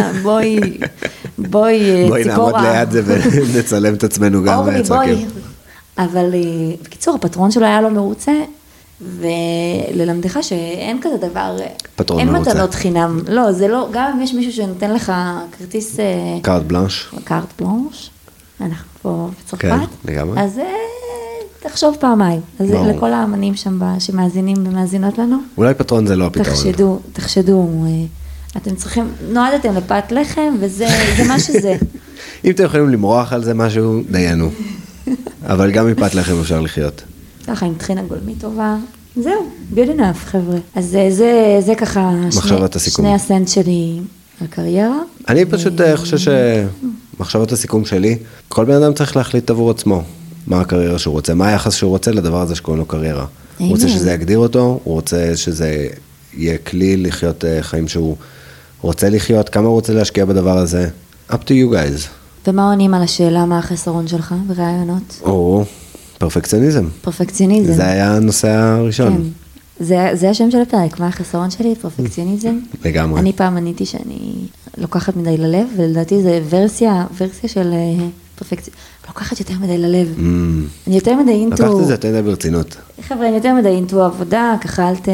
בואי נעמוד ליד זה ונצלם את עצמנו גם צועקים. אבל בקיצור, הפטרון שלו היה לו מרוצה, וללמדך שאין כזה דבר, אין מתנות חינם, לא, זה לא, גם אם יש מישהו שנותן לך כרטיס... קארט בלאנש. קארט בלאנש, אנחנו פה בצרפת. כן, לגמרי. אז תחשוב פעמיים, אז לכל האמנים שם שמאזינים ומאזינות לנו. אולי פטרון זה לא הפתרון. תחשדו, אתם צריכים, נועדתם לפת לחם, וזה מה שזה. אם אתם יכולים למרוח על זה משהו, דיינו. אבל גם מפת לחם אפשר לחיות. ככה, עם טחינה גולמית טובה. זהו, good enough, חבר'ה. אז זה ככה שני הסנט שלי על קריירה. אני פשוט חושב שמחשבות הסיכום שלי, כל בן אדם צריך להחליט עבור עצמו מה הקריירה שהוא רוצה, מה היחס שהוא רוצה לדבר הזה שקוראים לו קריירה. הוא רוצה שזה יגדיר אותו, הוא רוצה שזה יהיה כלי לחיות חיים שהוא רוצה לחיות, כמה הוא רוצה להשקיע בדבר הזה. Up to you guys. ומה עונים על השאלה מה החסרון שלך ברעיונות? פרפקציוניזם. פרפקציוניזם. זה היה הנושא הראשון. כן. זה השם של הפרק, מה החסרון שלי? פרפקציוניזם. לגמרי. אני פעם עניתי שאני לוקחת מדי ללב, ולדעתי זה ורסיה של פרפקציוניזם. לוקחת יותר מדי ללב. אני יותר מדי אינטו... לקחת את זה יותר מדי ברצינות. חבר'ה, אני יותר מדי אינטו עבודה, ככה אל ת...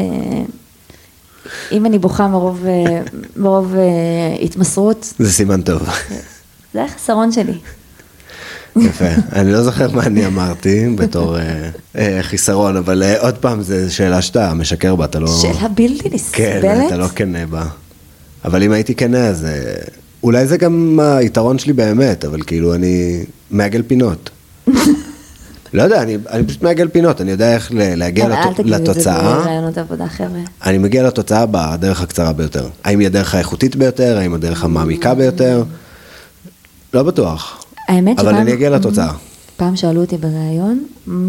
אם אני בוכה מרוב התמסרות... זה סימן טוב. זה החסרון שלי. יפה. אני לא זוכר מה אני אמרתי בתור חיסרון, אבל עוד פעם, זו שאלה שאתה משקר בה, אתה לא... שאלה בלתי נסבלת. כן, אתה לא כנה בה. אבל אם הייתי כנה, אז אולי זה גם היתרון שלי באמת, אבל כאילו אני מעגל פינות. לא יודע, אני פשוט מעגל פינות, אני יודע איך להגיע לתוצאה. אל תגיד את זה ברעיונות עבודה, חבר'ה. אני מגיע לתוצאה בדרך הקצרה ביותר. האם היא הדרך האיכותית ביותר, האם הדרך המעמיקה ביותר? לא בטוח. האמת אבל אני אגיע לתוצאה. פעם שאלו אותי בראיון,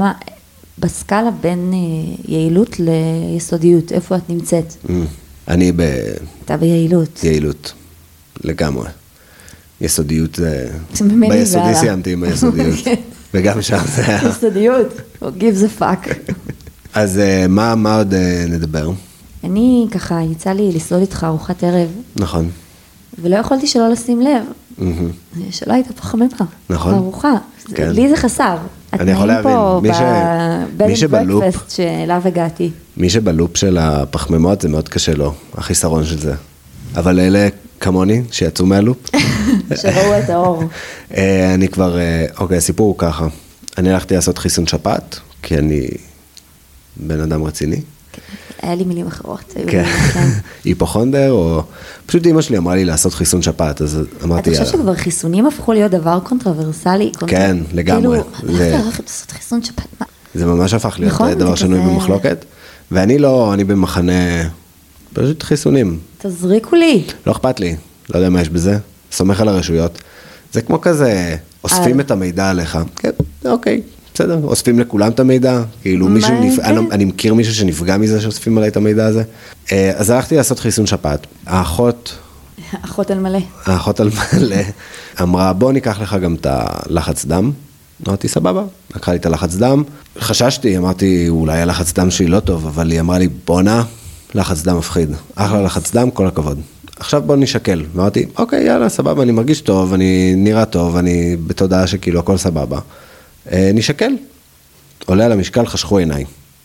בסקאלה בין יעילות ליסודיות, איפה את נמצאת? אני אתה ביעילות. יעילות, לגמרי. יסודיות זה... ממני ביסודי והלאה. סיימתי עם היסודיות. וגם שם זה היה... יסודיות, או give the fuck. אז מה עוד נדבר? אני ככה, יצא לי לסעוד איתך ארוחת ערב, נכון. ולא יכולתי שלא לשים לב, שלא הייתה פה חממה. נכון. בארוחה. כן. לי זה חסר. אני יכול להבין. מי שבלופ... ברקפסט שאליו הגעתי. מי שבלופ של הפחמימות זה מאוד קשה לו, החיסרון של זה. אבל אלה כמוני, שיצאו מהלופ. שראו את האור. אני כבר, אוקיי, הסיפור הוא ככה. אני הלכתי לעשות חיסון שפעת, כי אני בן אדם רציני. היה לי מילים אחרות. כן. היפוכונדר, או... פשוט אמא שלי אמרה לי לעשות חיסון שפעת, אז אמרתי... אתה חושב שכבר חיסונים הפכו להיות דבר קונטרוברסלי? כן, לגמרי. כאילו, הלכת לעשות חיסון שפעת, מה? זה ממש הפך להיות נכון, דבר זה שנוי כזה- במחלוקת, ואני לא, אני במחנה, פשוט חיסונים. תזריקו לי. לא אכפת לי, לא יודע מה יש בזה, סומך על הרשויות. זה כמו כזה, אוספים את המידע עליך. כן, אוקיי, בסדר, אוספים לכולם את המידע, כאילו מישהו, כן. אני מכיר מישהו שנפגע מזה שאוספים עליי את המידע הזה. אז הלכתי לעשות חיסון שפעת. אחות על מלא. האחות על מלא אמרה, בוא ניקח לך גם את הלחץ דם. אמרתי, סבבה, לקחה לי את הלחץ דם. חששתי, אמרתי, אולי הלחץ דם שלי לא טוב, אבל היא אמרה לי, בונה, לחץ דם מפחיד. אחלה לחץ דם, כל הכבוד. עכשיו בוא נשקל. אמרתי, אוקיי, יאללה, סבבה, אני מרגיש טוב, אני נראה טוב, אני בתודעה שכאילו הכל סבבה. נשקל. עולה על המשקל, חשכו עיניי.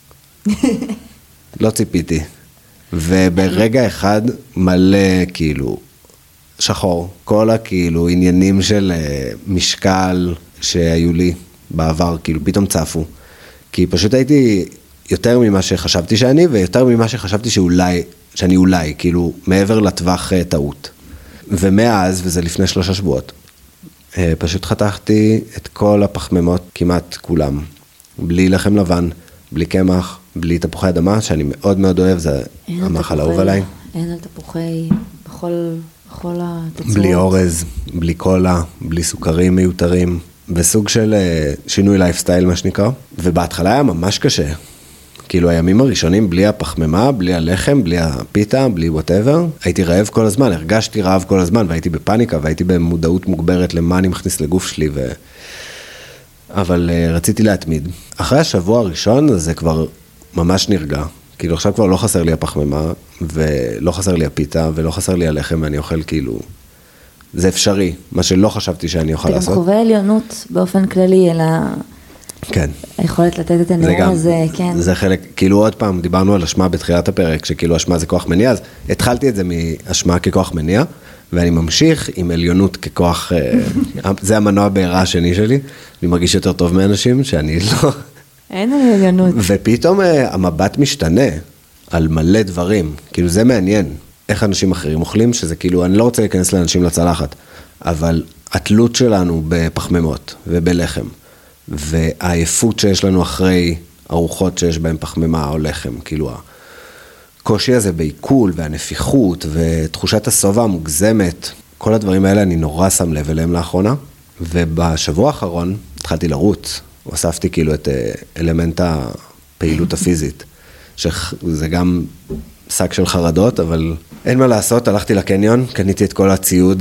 לא ציפיתי. וברגע אחד מלא כאילו שחור. כל הכאילו עניינים של משקל שהיו לי בעבר, כאילו פתאום צפו. כי פשוט הייתי יותר ממה שחשבתי שאני, ויותר ממה שחשבתי שאני אולי, כאילו מעבר לטווח טעות. ומאז, וזה לפני 3 שבועות, פשוט חתכתי את כל הפחמימות, כמעט כולם. בלי לחם לבן, בלי קמח, בלי תפוחי אדמה, שאני מאוד מאוד אוהב, זה המאכל האהוב עליי. אין על תפוחי, בכל התצורות. בלי אורז, בלי קולה, בלי סוכרים מיותרים, בסוג של שינוי לייפסטייל מה שנקרא. ובהתחלה היה ממש קשה. כאילו הימים הראשונים בלי הפחמימה, בלי הלחם, בלי הפיתה, בלי whatever. הייתי רעב כל הזמן, הרגשתי רעב כל הזמן, והייתי בפאניקה, והייתי במודעות מוגברת למה אני מכניס לגוף שלי, אבל רציתי להתמיד. אחרי השבוע הראשון, זה כבר ממש נרגע. כאילו עכשיו כבר לא חסר לי הפחמימה, ולא חסר לי הפיתה, ולא חסר לי הלחם, ואני אוכל כאילו... זה אפשרי, מה שלא חשבתי שאני אוכל לעשות. אתה גם חווה עליונות באופן כללי, אלא... כן. היכולת לתת את הנאום הזה, כן. זה חלק, כאילו עוד פעם, דיברנו על אשמה בתחילת הפרק, שכאילו אשמה זה כוח מניע, אז התחלתי את זה מאשמה ככוח מניע, ואני ממשיך עם עליונות ככוח, זה המנוע בעירה השני שלי, אני מרגיש יותר טוב מאנשים, שאני לא... אין לי עליונות. ופתאום המבט משתנה על מלא דברים, כאילו זה מעניין, איך אנשים אחרים אוכלים, שזה כאילו, אני לא רוצה להיכנס לאנשים לצלחת, אבל התלות שלנו בפחמימות ובלחם, והעייפות שיש לנו אחרי ארוחות שיש בהן פחמימה או לחם, כאילו הקושי הזה בעיכול והנפיחות ותחושת הסובה המוגזמת, כל הדברים האלה אני נורא שם לב אליהם לאחרונה, ובשבוע האחרון התחלתי לרוץ, הוספתי כאילו את אלמנט הפעילות הפיזית, שזה גם שק של חרדות, אבל אין מה לעשות, הלכתי לקניון, קניתי את כל הציוד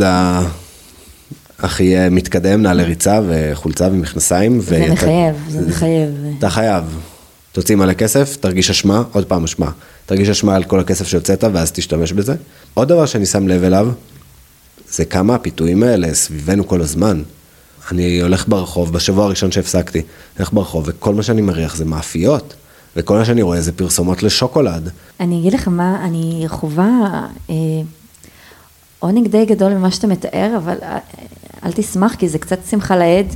הכי מתקדם, נעלי ריצה וחולצה ומכנסיים. זה מחייב, זה מחייב. אתה חייב. תוציא מלא כסף, תרגיש אשמה, עוד פעם אשמה. תרגיש אשמה על כל הכסף שיוצאת, ואז תשתמש בזה. עוד דבר שאני שם לב אליו, זה כמה הפיתויים האלה סביבנו כל הזמן. אני הולך ברחוב, בשבוע הראשון שהפסקתי, הולך ברחוב, וכל מה שאני מריח זה מאפיות, וכל מה שאני רואה זה פרסומות לשוקולד. אני אגיד לך מה, אני חובה עונג די גדול ממה שאתה מתאר, אבל אל תשמח, כי זה קצת שמחה לעד,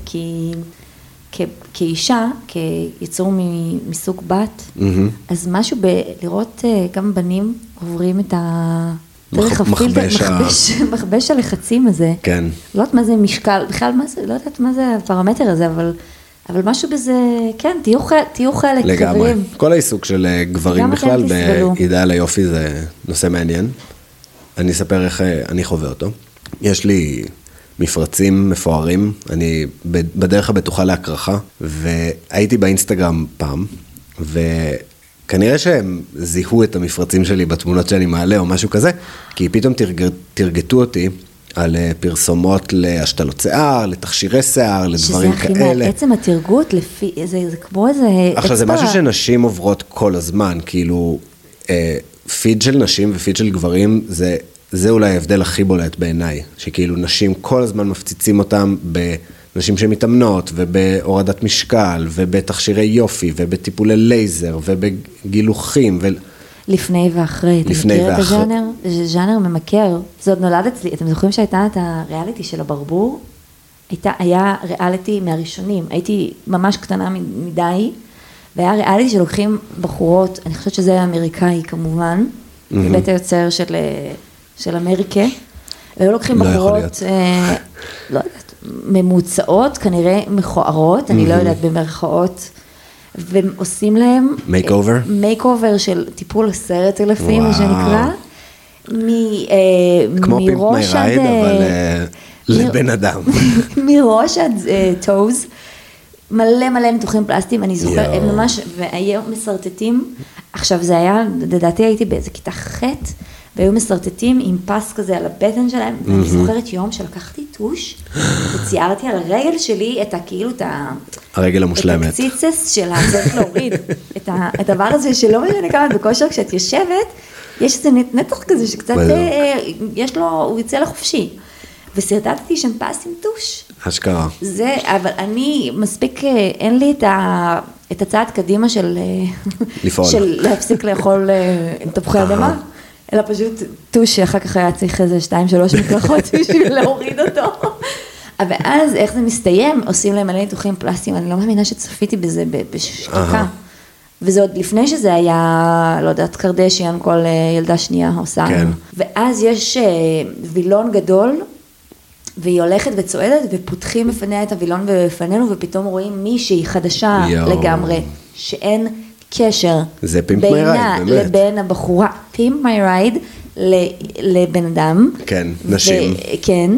כאישה, כיצור מסוג בת, אז משהו לראות גם בנים עוברים את דרך מכבש הלחצים הזה. כן. לא יודעת מה זה משקל, בכלל לא יודעת מה זה הפרמטר הזה, אבל משהו בזה, כן, תהיו חלק, לגמרי. חברים. כל העיסוק של גברים בכלל באידאל היופי זה נושא מעניין. אני אספר איך אני חווה אותו. יש לי מפרצים מפוארים, אני בדרך הבטוחה להקרחה, והייתי באינסטגרם פעם, וכנראה שהם זיהו את המפרצים שלי בתמונות שאני מעלה או משהו כזה, כי פתאום תרגטו אותי על פרסומות להשתלות שיער, לתכשירי שיער, לדברים כאלה. שזה הכי עצם התרגות, זה כמו איזה אצבע. עכשיו זה משהו שנשים עוברות כל הזמן, כאילו פיד של נשים ופיד של גברים, זה אולי ההבדל הכי בולט בעיניי, שכאילו נשים כל הזמן מפציצים אותם בנשים שמתאמנות, ובהורדת משקל, ובתכשירי יופי, ובטיפולי לייזר, ובגילוחים, לפני ואחרי, אתה מכיר את הז'אנר? זה ז'אנר ממכר, זה עוד נולד אצלי, אתם זוכרים שהייתה את הריאליטי של הברבור? היה ריאליטי מהראשונים, הייתי ממש קטנה מדי, והיה ריאליטי שלוקחים בחורות, אני חושבת שזה היה אמריקאי כמובן, בית היוצר של אמריקה, והיו לוקחים בחורות, לא יודעת, ממוצעות, כנראה מכוערות, אני לא יודעת במרכאות, ועושים להם מייק אובר של טיפול 10,000, מה שנקרא, כמו פימפ מי רייד, אבל לבן אדם. מראש עד טוז, מלא ניתוחים פלסטיים, אני זוכר, הם ממש, והיו מסרטטים, עכשיו זה היה, לדעתי הייתי באיזה כיתה ח' והיו מסרטטים עם פס כזה על הבטן שלהם, ואני זוכרת יום שלקחתי טוש, וציירתי על הרגל שלי את כאילו, הרגל המושלמת. את הקציצס שלה, צריך להוריד, את הדבר הזה שלא משנה כמה בכושר, כשאת יושבת, יש איזה נתח כזה שקצת, יש לו, הוא יצא לחופשי. וסרטטתי שם פס עם טוש. אשכרה. זה, אבל אני מספיק, אין לי את הצעד קדימה של להפסיק לאכול תפוחי אדמה, אלא פשוט טוש שאחר כך היה צריך איזה 2-3 מקלחות בשביל להוריד אותו. אבל אז איך זה מסתיים, עושים להם מלא ניתוחים פלסטיים, אני לא מאמינה שצפיתי בזה בשתיקה. וזה עוד לפני שזה היה, לא יודעת, קרדשיאן, כל ילדה שנייה עושה. כן. ואז יש וילון גדול, והיא הולכת וצועדת, ופותחים בפניה את הווילון בפנינו, ופתאום רואים מישהי חדשה לגמרי, שאין קשר בינה לבין הבחורה. פימפ מי רייד לבן אדם. כן, נשים. כן,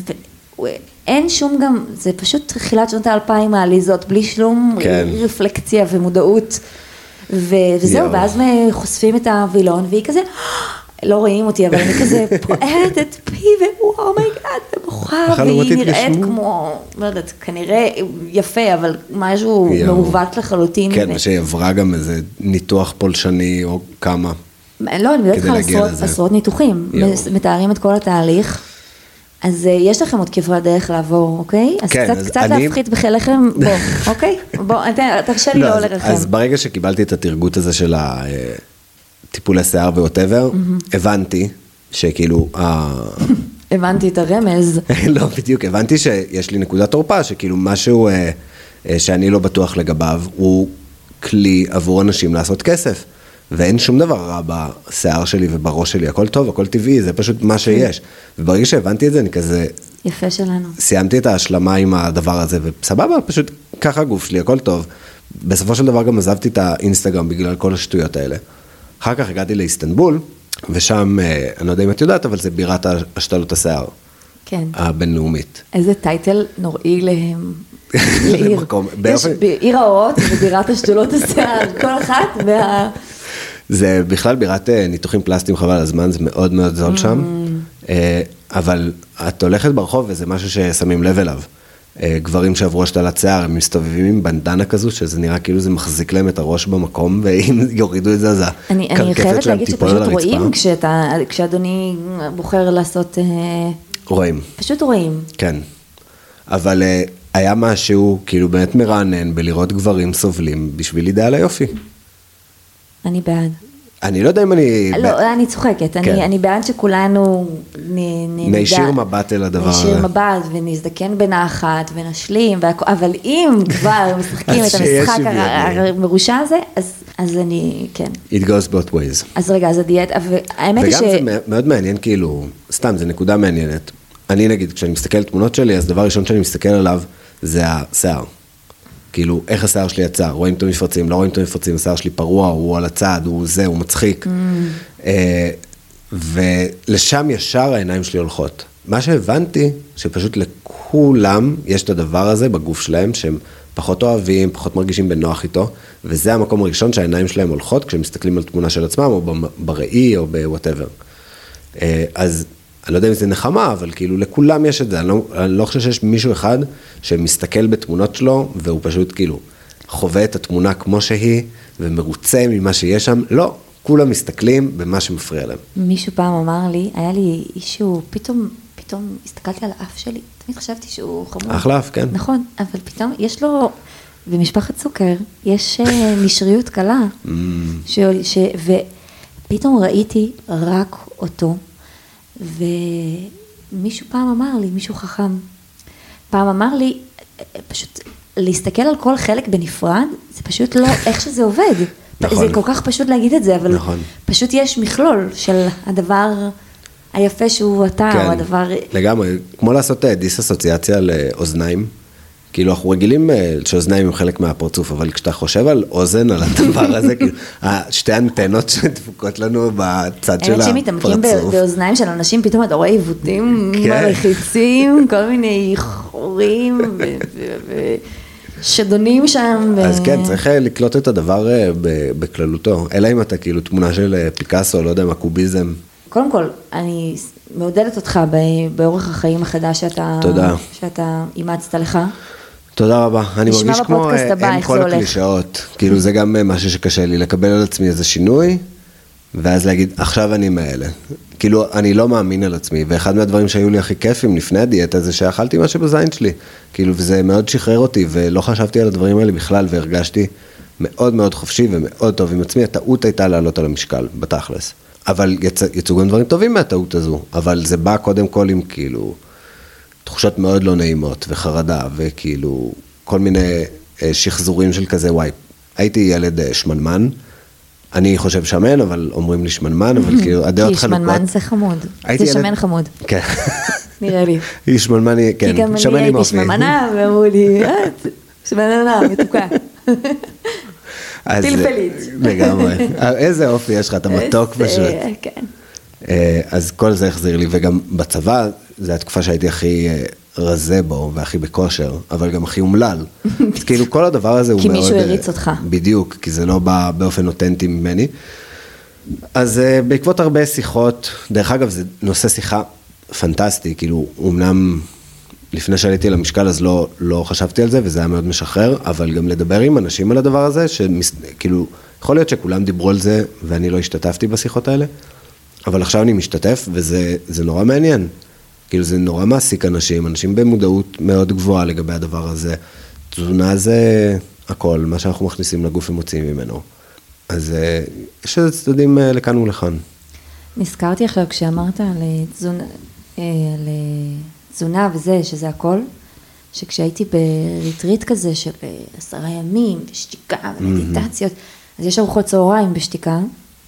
אין שום גם, זה פשוט תחילת שנות ה-2000 העליזות, בלי שום רפלקציה ומודעות. וזהו, ואז חושפים את הווילון, והיא כזה... לא רואים אותי, אבל אני כזה פועלת את פי, וואו, מייגאד, ובוכה, והיא נראית כמו, לא יודעת, כנראה יפה, אבל משהו מעוות לחלוטין. כן, ושהיא עברה גם איזה ניתוח פולשני או כמה. לא, אני יודעת לך עשרות ניתוחים, מתארים את כל התהליך, אז יש לכם עוד כברת דרך לעבור, אוקיי? אז קצת להפחית בחלכם, בוא, אוקיי? בוא, תרשה לי לא לרחם. אז ברגע שקיבלתי את התרגות הזה של טיפולי שיער ואוטבר, הבנתי שכאילו... הבנתי את הרמז. לא, בדיוק, הבנתי שיש לי נקודת תורפה, שכאילו משהו שאני לא בטוח לגביו, הוא כלי עבור אנשים לעשות כסף. ואין שום דבר רע בשיער שלי ובראש שלי, הכל טוב, הכל טבעי, זה פשוט מה שיש. וברגע שהבנתי את זה, אני כזה... יפה שלנו. סיימתי את ההשלמה עם הדבר הזה, וסבבה, פשוט ככה הגוף שלי, הכל טוב. בסופו של דבר גם עזבתי את האינסטגרם בגלל כל השטויות האלה. אחר כך הגעתי לאיסטנבול, ושם, אני לא יודע אם את יודעת, אבל זה בירת השתלות השיער. כן. הבינלאומית. איזה טייטל נוראי להם. לעיר. יש בעיר האורות ובירת השתלות השיער, כל אחת זה בכלל בירת ניתוחים פלסטיים חבל הזמן, זה מאוד מאוד זול שם, אבל את הולכת ברחוב וזה משהו ששמים לב אליו. גברים שעברו השתלת שיער, הם מסתובבים עם בנדנה כזו, שזה נראה כאילו זה מחזיק להם את הראש במקום, ואם יורידו את זה, אז הקרקפת שלהם תיפול על הרצפה. אני חייבת להגיד שפשוט רואים, כשאדוני בוחר לעשות... רואים. פשוט רואים. כן. אבל היה משהו כאילו באמת מרענן, בלראות גברים סובלים בשביל אידאל היופי. אני בעד. אני לא יודע אם אני... לא, אני צוחקת, אני בעד שכולנו נשאיר מבט אל הדבר הזה. נשאיר מבט ונזדקן בנחת ונשלים, אבל אם כבר משחקים את המשחק המרושע הזה, אז אני, כן. It goes both ways. אז רגע, אז הדיאט, האמת היא ש... וגם זה מאוד מעניין, כאילו, סתם, זה נקודה מעניינת. אני נגיד, כשאני מסתכל על תמונות שלי, אז דבר ראשון שאני מסתכל עליו, זה השיער. כאילו, איך השיער שלי יצא? רואים את המפרצים, לא רואים את המפרצים, השיער שלי פרוע, הוא על הצד, הוא זה, הוא מצחיק. ולשם ישר העיניים שלי הולכות. מה שהבנתי, שפשוט לכולם יש את הדבר הזה בגוף שלהם, שהם פחות אוהבים, פחות מרגישים בנוח איתו, וזה המקום הראשון שהעיניים שלהם הולכות, כשהם מסתכלים על תמונה של עצמם, או בראי, או ב-whatever. אז אני לא יודע אם זה נחמה, אבל כאילו לכולם יש את זה, אני לא חושב שיש מישהו אחד שמסתכל בתמונות שלו, והוא פשוט כאילו חווה את התמונה כמו שהיא, ומרוצה ממה שיש שם, לא, כולם מסתכלים במה שמפריע להם. מישהו פעם אמר לי, היה לי אישהו, פתאום הסתכלתי על האף שלי, תמיד חשבתי שהוא חמוד. אחלה אף, כן. נכון, אבל פתאום יש לו, במשפחת סוכר, יש נשריות קלה, ופתאום ראיתי רק אותו, ומישהו פעם אמר לי, מישהו חכם, פעם אמר לי, פשוט להסתכל על כל חלק בנפרד, זה פשוט לא איך שזה עובד. נכון. זה כל כך פשוט להגיד את זה, אבל נכון. פשוט יש מכלול של הדבר היפה שהוא אתה, כן, או הדבר... לגמרי, כמו לעשות דיס-אסוציאציה לאוזניים, כאילו אנחנו רגילים שאוזניים הם חלק מהפרצוף, אבל כשאתה חושב על אוזן, על הדבר הזה, כאילו, שתי אנטנות שדפוקות לנו בצד של הפרצוף. שמתעמקים באוזניים של אנשים, פתאום אתה רואה עיוותים מלחיצים, כל מיני חורים ושדונים שם. אז כן, צריך לקלוט את הדבר בכללותו, אלא אם אתה כאילו תמונה של פיקאסו, לא יודע מה, קוביזם. קודם כל, אני מעודדת אותך באורח החיים החדש שאתה אימצת לך. תודה רבה, אני מרגיש כמו עם כל הקלישאות, כאילו זה גם משהו שקשה לי, לקבל על עצמי איזה שינוי, ואז להגיד, עכשיו אני מאלה. כאילו, אני לא מאמין על עצמי, ואחד מהדברים שהיו לי הכי כיפים לפני הדיאטה, זה שאכלתי משהו בזין שלי, כאילו, וזה מאוד שחרר אותי, ולא חשבתי על הדברים האלה בכלל, והרגשתי מאוד מאוד חופשי ומאוד טוב עם עצמי, הטעות הייתה לעלות על המשקל, בתכלס. אבל יצאו גם דברים טובים מהטעות הזו, אבל זה בא קודם כל עם כאילו תחושות מאוד לא נעימות וחרדה וכאילו כל מיני שחזורים של כזה וואי. הייתי ילד שמנמן, אני חושב שמן, אבל אומרים לי שמנמן, אבל כאילו הדעות חלוקות. כי שמנמן זה חמוד, זה שמן חמוד. כן. נראה לי. היא שמנמן, כן, כי גם אני הייתי שמנמנה, ואמרו לי, שמנמנה, מתוקה. פלפלית. לגמרי. איזה אופי יש לך, אתה מתוק פשוט. כן. אז כל זה החזיר לי, וגם בצבא, זו התקופה שהייתי הכי רזה בו, והכי בכושר, אבל גם הכי אומלל. אז כאילו כל הדבר הזה הוא מאוד... כי מישהו הריץ אותך. בדיוק, כי זה לא בא באופן אותנטי ממני. אז בעקבות הרבה שיחות, דרך אגב, זה נושא שיחה פנטסטי, כאילו, אומנם... לפני שעליתי למשקל, אז לא חשבתי על זה, וזה היה מאוד משחרר, אבל גם לדבר עם אנשים על הדבר הזה, כאילו, יכול להיות שכולם דיברו על זה, ואני לא השתתפתי בשיחות האלה, אבל עכשיו אני משתתף, וזה נורא מעניין. כאילו, זה נורא מעסיק אנשים במודעות מאוד גבוהה לגבי הדבר הזה. תזונה זה הכל, מה שאנחנו מכניסים לגוף ומוציאים ממנו. אז יש איזה צדדים לכאן ולכאן. נזכרתי עכשיו כשאמרת על תזונה וזה, שזה הכל, שכשהייתי בריטריט כזה של 10 ימים, בשתיקה ומדיטציות, אז יש ארוחות צהריים בשתיקה,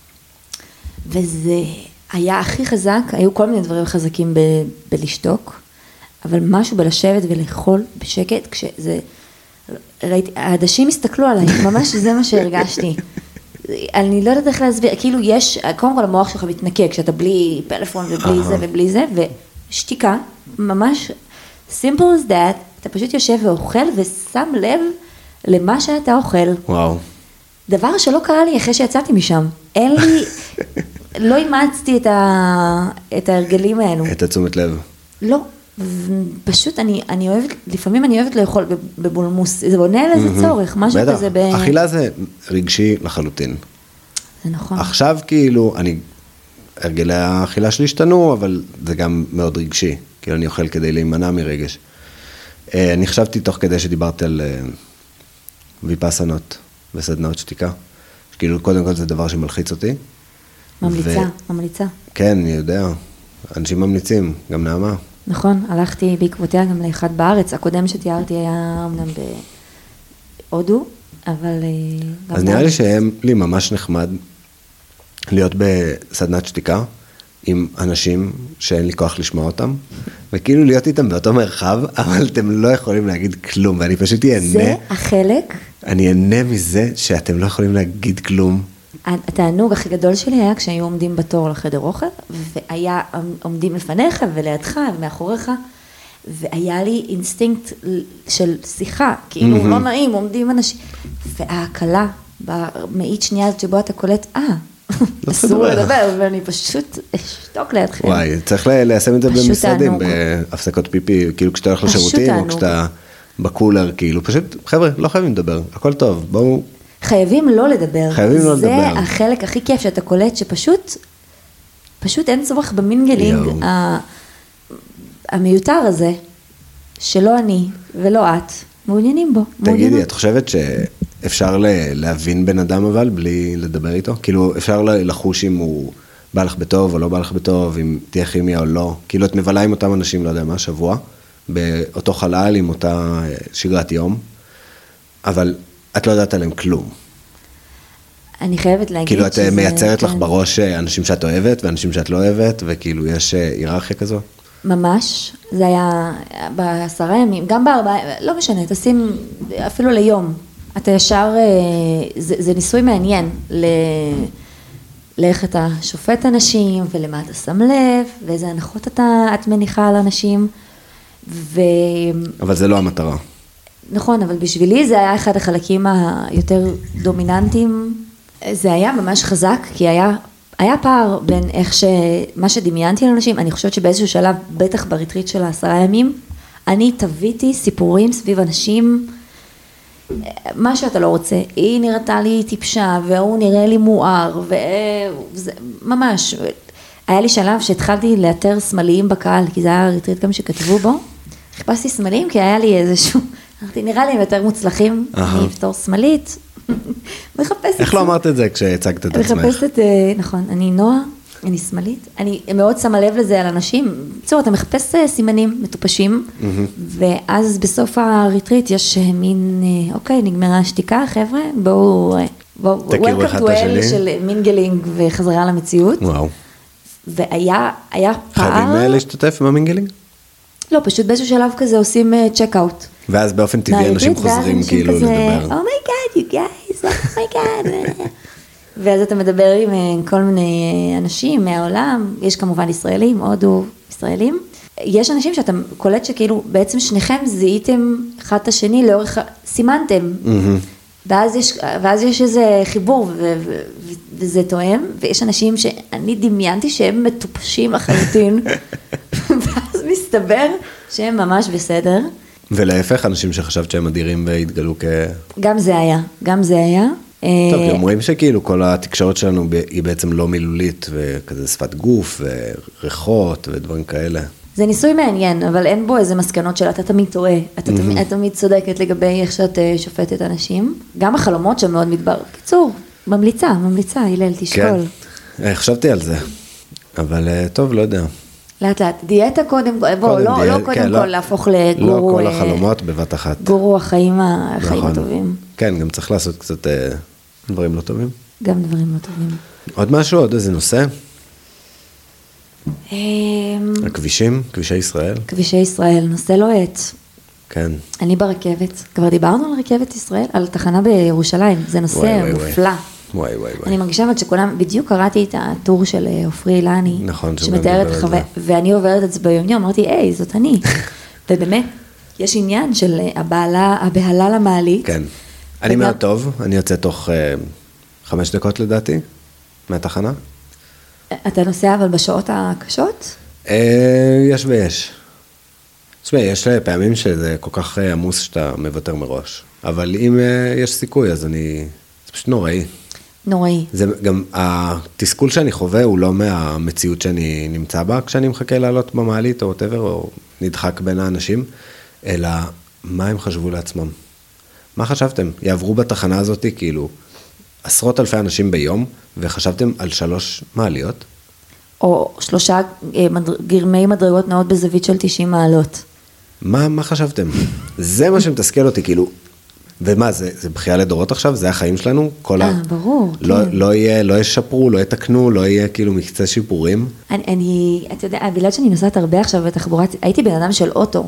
וזה היה הכי חזק, היו כל מיני דברים חזקים בלשתוק, אבל משהו בלשבת ולאכול בשקט, כשזה, ראיתי, העדשים הסתכלו עליי, ממש זה מה שהרגשתי. אני לא יודעת איך להסביר, כאילו יש, קודם כל המוח שלך מתנקה, כשאתה בלי פלאפון ובלי זה ובלי זה, שתיקה, ממש simple as that, אתה פשוט יושב ואוכל ושם לב למה שאתה אוכל. וואו. דבר שלא קרה לי אחרי שיצאתי משם. אין לי, לא אימצתי את ההרגלים האלו. את התשומת לב. לא, פשוט אני אוהבת, לפעמים אני אוהבת לאכול בבולמוס, זה עונה על איזה צורך, משהו כזה אכילה זה רגשי לחלוטין. זה נכון. עכשיו כאילו, הרגלי האכילה שלי השתנו, אבל זה גם מאוד רגשי, כאילו אני אוכל כדי להימנע מרגש. אני חשבתי תוך כדי שדיברתי על ויפאסנות וסדנאות שתיקה, שכאילו קודם כל זה דבר שמלחיץ אותי, ממליצה. כן, אני יודע. אנשים ממליצים, גם נעמה. נכון, הלכתי בעקבותיה גם לאחד בארץ. הקודם שתיארתי היה אמנם בהודו, אבל... אז נראה לי שהם לי ממש נחמד להיות בסדנת שתיקה עם אנשים שאין לי כוח לשמוע אותם, וכאילו להיות איתם באותו מרחב, אבל אתם לא יכולים להגיד כלום, ואני פשוט אהנה. זה החלק. אני אהנה מזה שאתם לא יכולים להגיד כלום. התענוג הכי גדול שלי היה כשהיו עומדים בתור לחדר אוכל, והיה עומדים לפניך ולידך ומאחוריך, והיה לי אינסטינקט של שיחה, כאילו לא נעים, עומדים אנשים, וההקלה במאית שנייה הזאת שבו אתה קולט, אסור לדבר, ואני פשוט אשתוק לידכם. וואי, צריך ליישם את זה במשרדים, בהפסקות פיפי, כאילו כשאתה הולך לשירותים, או כשאתה בקולר, כאילו, פשוט, חבר'ה, לא חייבים לדבר, הכל טוב, בואו. חייבים לא לדבר. חייבים לא לדבר. זה החלק הכי כיף שאתה קולט, שפשוט אין צורך במינגלינג המיותר הזה, שלא אני ולא את מעוניינים בו. תגידי, את חושבת שאפשר להבין בן אדם אבל בלי לדבר איתו? כאילו אפשר לחוש אם הוא בא לך בטוב או לא בא לך בטוב, אם תהיה כימיה או לא? כאילו את מבלה עם אותם אנשים, לא יודע מה, שבוע, באותו חלל עם אותה שגרת יום, אבל את לא יודעת עליהם כלום. אני חייבת להגיד כאילו את מייצרת לך בראש אנשים שאת אוהבת ואנשים שאת לא אוהבת, וכאילו יש היררכיה כזו? ממש, זה היה ב10 ימים, גם ב4, לא משנה, תשים אפילו ליום. אתה ישר, זה ניסוי מעניין, לאיך אתה שופט אנשים, ולמה אתה שם לב, ואיזה הנחות את מניחה על אנשים. אבל זה לא המטרה. נכון, אבל בשבילי זה היה אחד החלקים היותר דומיננטיים. זה היה ממש חזק, כי היה פער בין איך מה שדמיינתי על אנשים, אני חושבת שבאיזשהו שלב, בטח בריטריט של 10 ימים, אני תביתי סיפורים סביב אנשים, מה שאתה לא רוצה, היא נראתה לי טיפשה, והוא נראה לי מואר, ממש, היה לי שלב שהתחלתי לאתר סמליים בקהל, כי זה היה ריטריט גם שכתבו בו, חיפשתי סמלים, כי היה לי איזשהו, נראה לי הם יותר מוצלחים, אני אפתור סמלית, מחפשת... איך לא אמרת את זה כשהצגת את עצמך? מחפשת, נכון, אני נועה, אני שמאלית, אני מאוד שמה לב לזה על אנשים, בצורה, אתה מחפש סימנים מטופשים, ואז בסוף הריטריט יש מין, אוקיי, נגמרה השתיקה, חבר'ה, בואו, תכירו אחד את השני. של מינגלינג וחזרה למציאות. וואו. והיה פער... חייבים להשתתף עם המינגלינג? לא, פשוט באיזשהו שלב כזה עושים צ'ק אאוט. ואז באופן טבעי אנשים חוזרים כאילו לדבר. Oh my God, you guys, oh my God. ואז אתה מדבר עם כל מיני אנשים מהעולם, יש כמובן ישראלים, הודו ישראלים. יש אנשים שאתה קולט שכאילו בעצם שניכם זיהיתם אחד את השני לאורך, סימנתם. ואז יש איזה חיבור וזה תואם, ויש אנשים שאני דמיינתי שהם מטופשים לחלוטין, ואז מסתבר שהם ממש בסדר. ולהפך, אנשים שחשבת שהם אדירים והתגלו גם זה היה. טוב, אומרים שכאילו כל התקשורת שלנו היא בעצם לא מילולית, וכזה שפת גוף וריחות ודברים כאלה. זה ניסוי מעניין, אבל אין בו איזה מסקנות של אתה תמיד טועה, אתה תמיד צודקת לגבי איך שאת שופטת אנשים. גם החלומות שם מאוד מדבר. קיצור, ממליצה, הלל, תשקול. כן, חשבתי על זה, אבל טוב, לא יודע. לאט לאט, דיאטה קודם, בוא, לא קודם כל להפוך לגורו. לא כל החלומות בבת אחת. גורו החיים הטובים. כן, גם צריך לעשות קצת דברים לא טובים. גם דברים לא טובים. עוד משהו, עוד איזה נושא? הכבישים, כבישי ישראל. כבישי ישראל, נושא לוהט. כן. אני ברכבת, כבר דיברנו על רכבת ישראל, על תחנה בירושלים, זה נושא מופלא. וואי. אני מרגישה שכולם, בדיוק קראתי את הטור של עופרי אילני, נכון, שמתארת את החוויה, ואני עוברת את זה ביום, אמרתי, היי, זאת אני. ובאמת, יש עניין של הבהלה למעלית. כן. אני מאוד טוב, אני יוצא תוך 5 דקות לדעתי, מהתחנה. אתה נוסע אבל בשעות הקשות? יש ויש. תשמע, יש פעמים שזה כל כך עמוס שאתה מוותר מראש. אבל אם יש סיכוי, אז זה פשוט נוראי. נוראי. זה גם, התסכול שאני חווה הוא לא מהמציאות שאני נמצא בה, כשאני מחכה לעלות במעלית או whatever, או נדחק בין האנשים, אלא מה הם חשבו לעצמם. מה חשבתם? יעברו בתחנה הזאת כאילו עשרות אלפי אנשים ביום, וחשבתם על 3 מעליות? או 3 גרמי מדרגות נעות בזווית של 90 מעלות. מה חשבתם? זה מה שמתסכל אותי, כאילו, ומה, זה בחייה לדורות עכשיו? זה החיים שלנו? ברור, כן. לא ישפרו, לא יתקנו, לא יהיה כאילו מקצה שיפורים? אתה יודע, בגלל שאני נוסעת הרבה עכשיו בתחבורה, הייתי בן אדם של אוטו.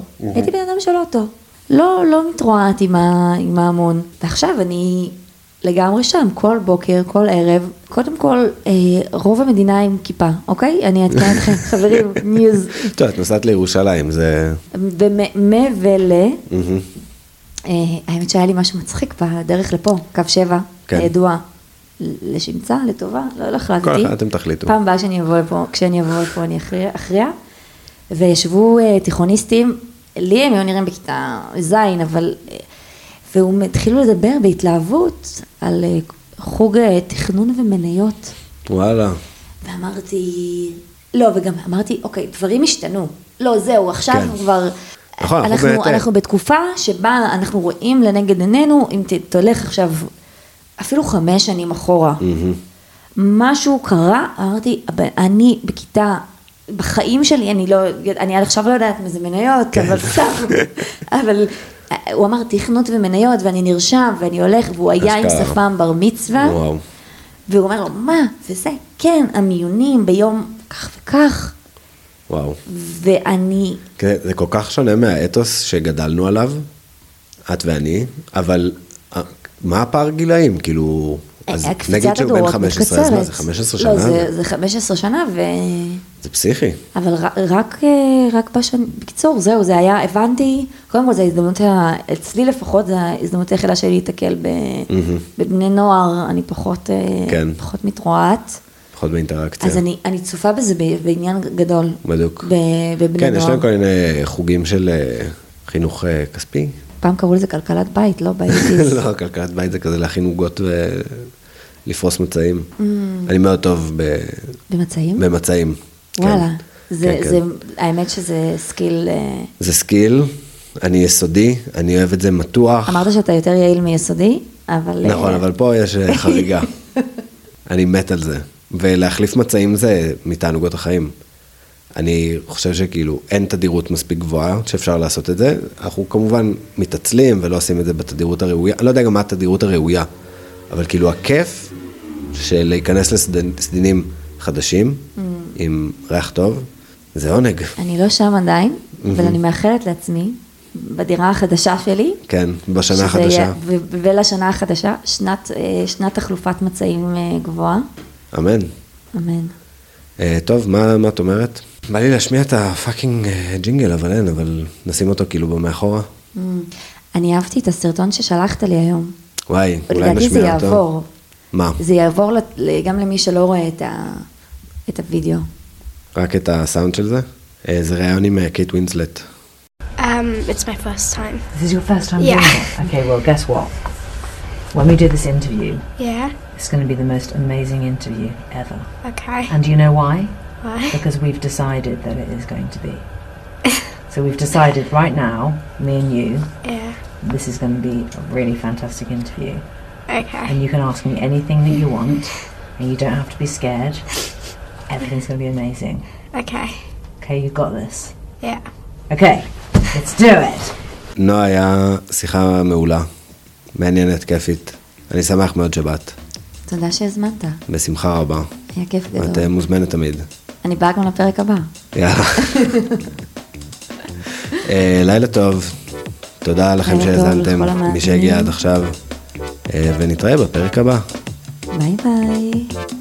לא מתרועעת עם ההמון. ועכשיו אני לגמרי שם, כל בוקר, כל ערב, קודם כל, רוב המדינה עם כיפה, אוקיי? אני אעדכן אתכם, חברים, ניוז. טוב, את נוסעת לירושלים, זה... האמת שהיה לי משהו מצחיק בדרך לפה, קו 7, הידוע, לשמצה, לטובה, לא החלטתי. כל אחד אתם תחליטו. פעם הבאה כשאני אבוא לפה אני אכריע, וישבו תיכוניסטים, לי הם היו נראים בכיתה זין, אבל, והם התחילו לדבר בהתלהבות על חוג תכנון ומניות. וואלה. ואמרתי, לא, וגם אמרתי, אוקיי, דברים השתנו. לא, זהו, עכשיו כבר... אנחנו בתקופה שבה אנחנו רואים לנגד עינינו, אם תלך עכשיו אפילו 5 שנים אחורה, משהו קרה, אמרתי, אני בכיתה, בחיים שלי, אני עד עכשיו לא יודעת מה זה מניות, אבל סתם, אבל הוא אמר תכנות ומניות, ואני נרשם, ואני הולך, והוא היה עם שפם בר מצווה, והוא אומר לו, מה? וזה, כן, המיונים ביום כך וכך, וואו. ואני... זה כל כך שונה מהאתוס שגדלנו עליו, את ואני, אבל מה הפער גילאים? כאילו, אז נגיד שהוא בן 15, אז מה, זה 15 שנה? לא, זה 15 שנה ו... זה פסיכי. אבל רק בקיצור, זהו, זה היה, הבנתי, קודם כל זה ההזדמנות, אצלי לפחות, זה ההזדמנות היחידה שלי להתקל בבני נוער, אני פחות מתרועעת. פחות באינטראקציה. אז אני צופה בזה בעניין גדול. בדיוק. בבני כן, נוער. יש להם כל מיני חוגים של חינוך כספי. פעם קראו לזה כלכלת בית, לא בייטיס. לא, כלכלת בית זה כזה להכין עוגות ולפרוס מצעים. אני מאוד טוב במצעים? במצעים. וואלה. האמת שזה סקיל... זה סקיל, אני יסודי, אני אוהב את זה מתוח. אמרת שאתה יותר יעיל מיסודי, אבל... נכון, אבל פה יש חריגה. אני מת על זה. ולהחליף מצעים זה מתענוגות החיים. אני חושב שכאילו אין תדירות מספיק גבוהה שאפשר לעשות את זה. אנחנו כמובן מתעצלים ולא עושים את זה בתדירות הראויה. אני לא יודע גם מה התדירות הראויה, אבל כאילו הכיף של להיכנס לסדינים חדשים, עם ריח טוב, זה עונג. אני לא שם עדיין, אבל אני מאחלת לעצמי, בדירה החדשה שלי. כן, בשנה החדשה. ולשנה החדשה, שנת תחלופת מצעים גבוהה. אמן. אמן. טוב, מה את אומרת? בא לי להשמיע את הפאקינג ג'ינגל, אבל אין, אבל נשים אותו כאילו במאחורה. אני אהבתי את הסרטון ששלחת לי היום. וואי, אולי לדעתי זה נשמיע אותו. יעבור. מה? זה יעבור גם למי שלא רואה את הוידאו. רק את הסאונד של זה? זה ראיון עם קייט ווינסלט. It's my first time. This is your first time Yeah. doing it? Okay, well, guess what? When we do this interview, Yeah. it's going to be the most amazing interview ever. Okay. And do you know why? Why? Because we've decided that it is going to be. So we've decided right now, me and you, Yeah. this is going to be a really fantastic interview. Okay. And you can ask me anything that you want, and you don't have to be scared. Everything's going to be amazing. Okay. Okay, you got this. Yeah. Okay, let's do it. נועה, היה שיחה מעולה, מעניינת, כיפית. אני שמח מאוד שבאת. תודה שהזמנת. בשמחה רבה. היה כיף גדול. את מוזמנת תמיד. אני באה גם לפרק הבא. יאללה. לילה טוב. תודה לכם לילה טוב שהאזנתם, לכל המאזינים. מי שהגיע עד עכשיו. ונתראה בפרק הבא. ביי ביי.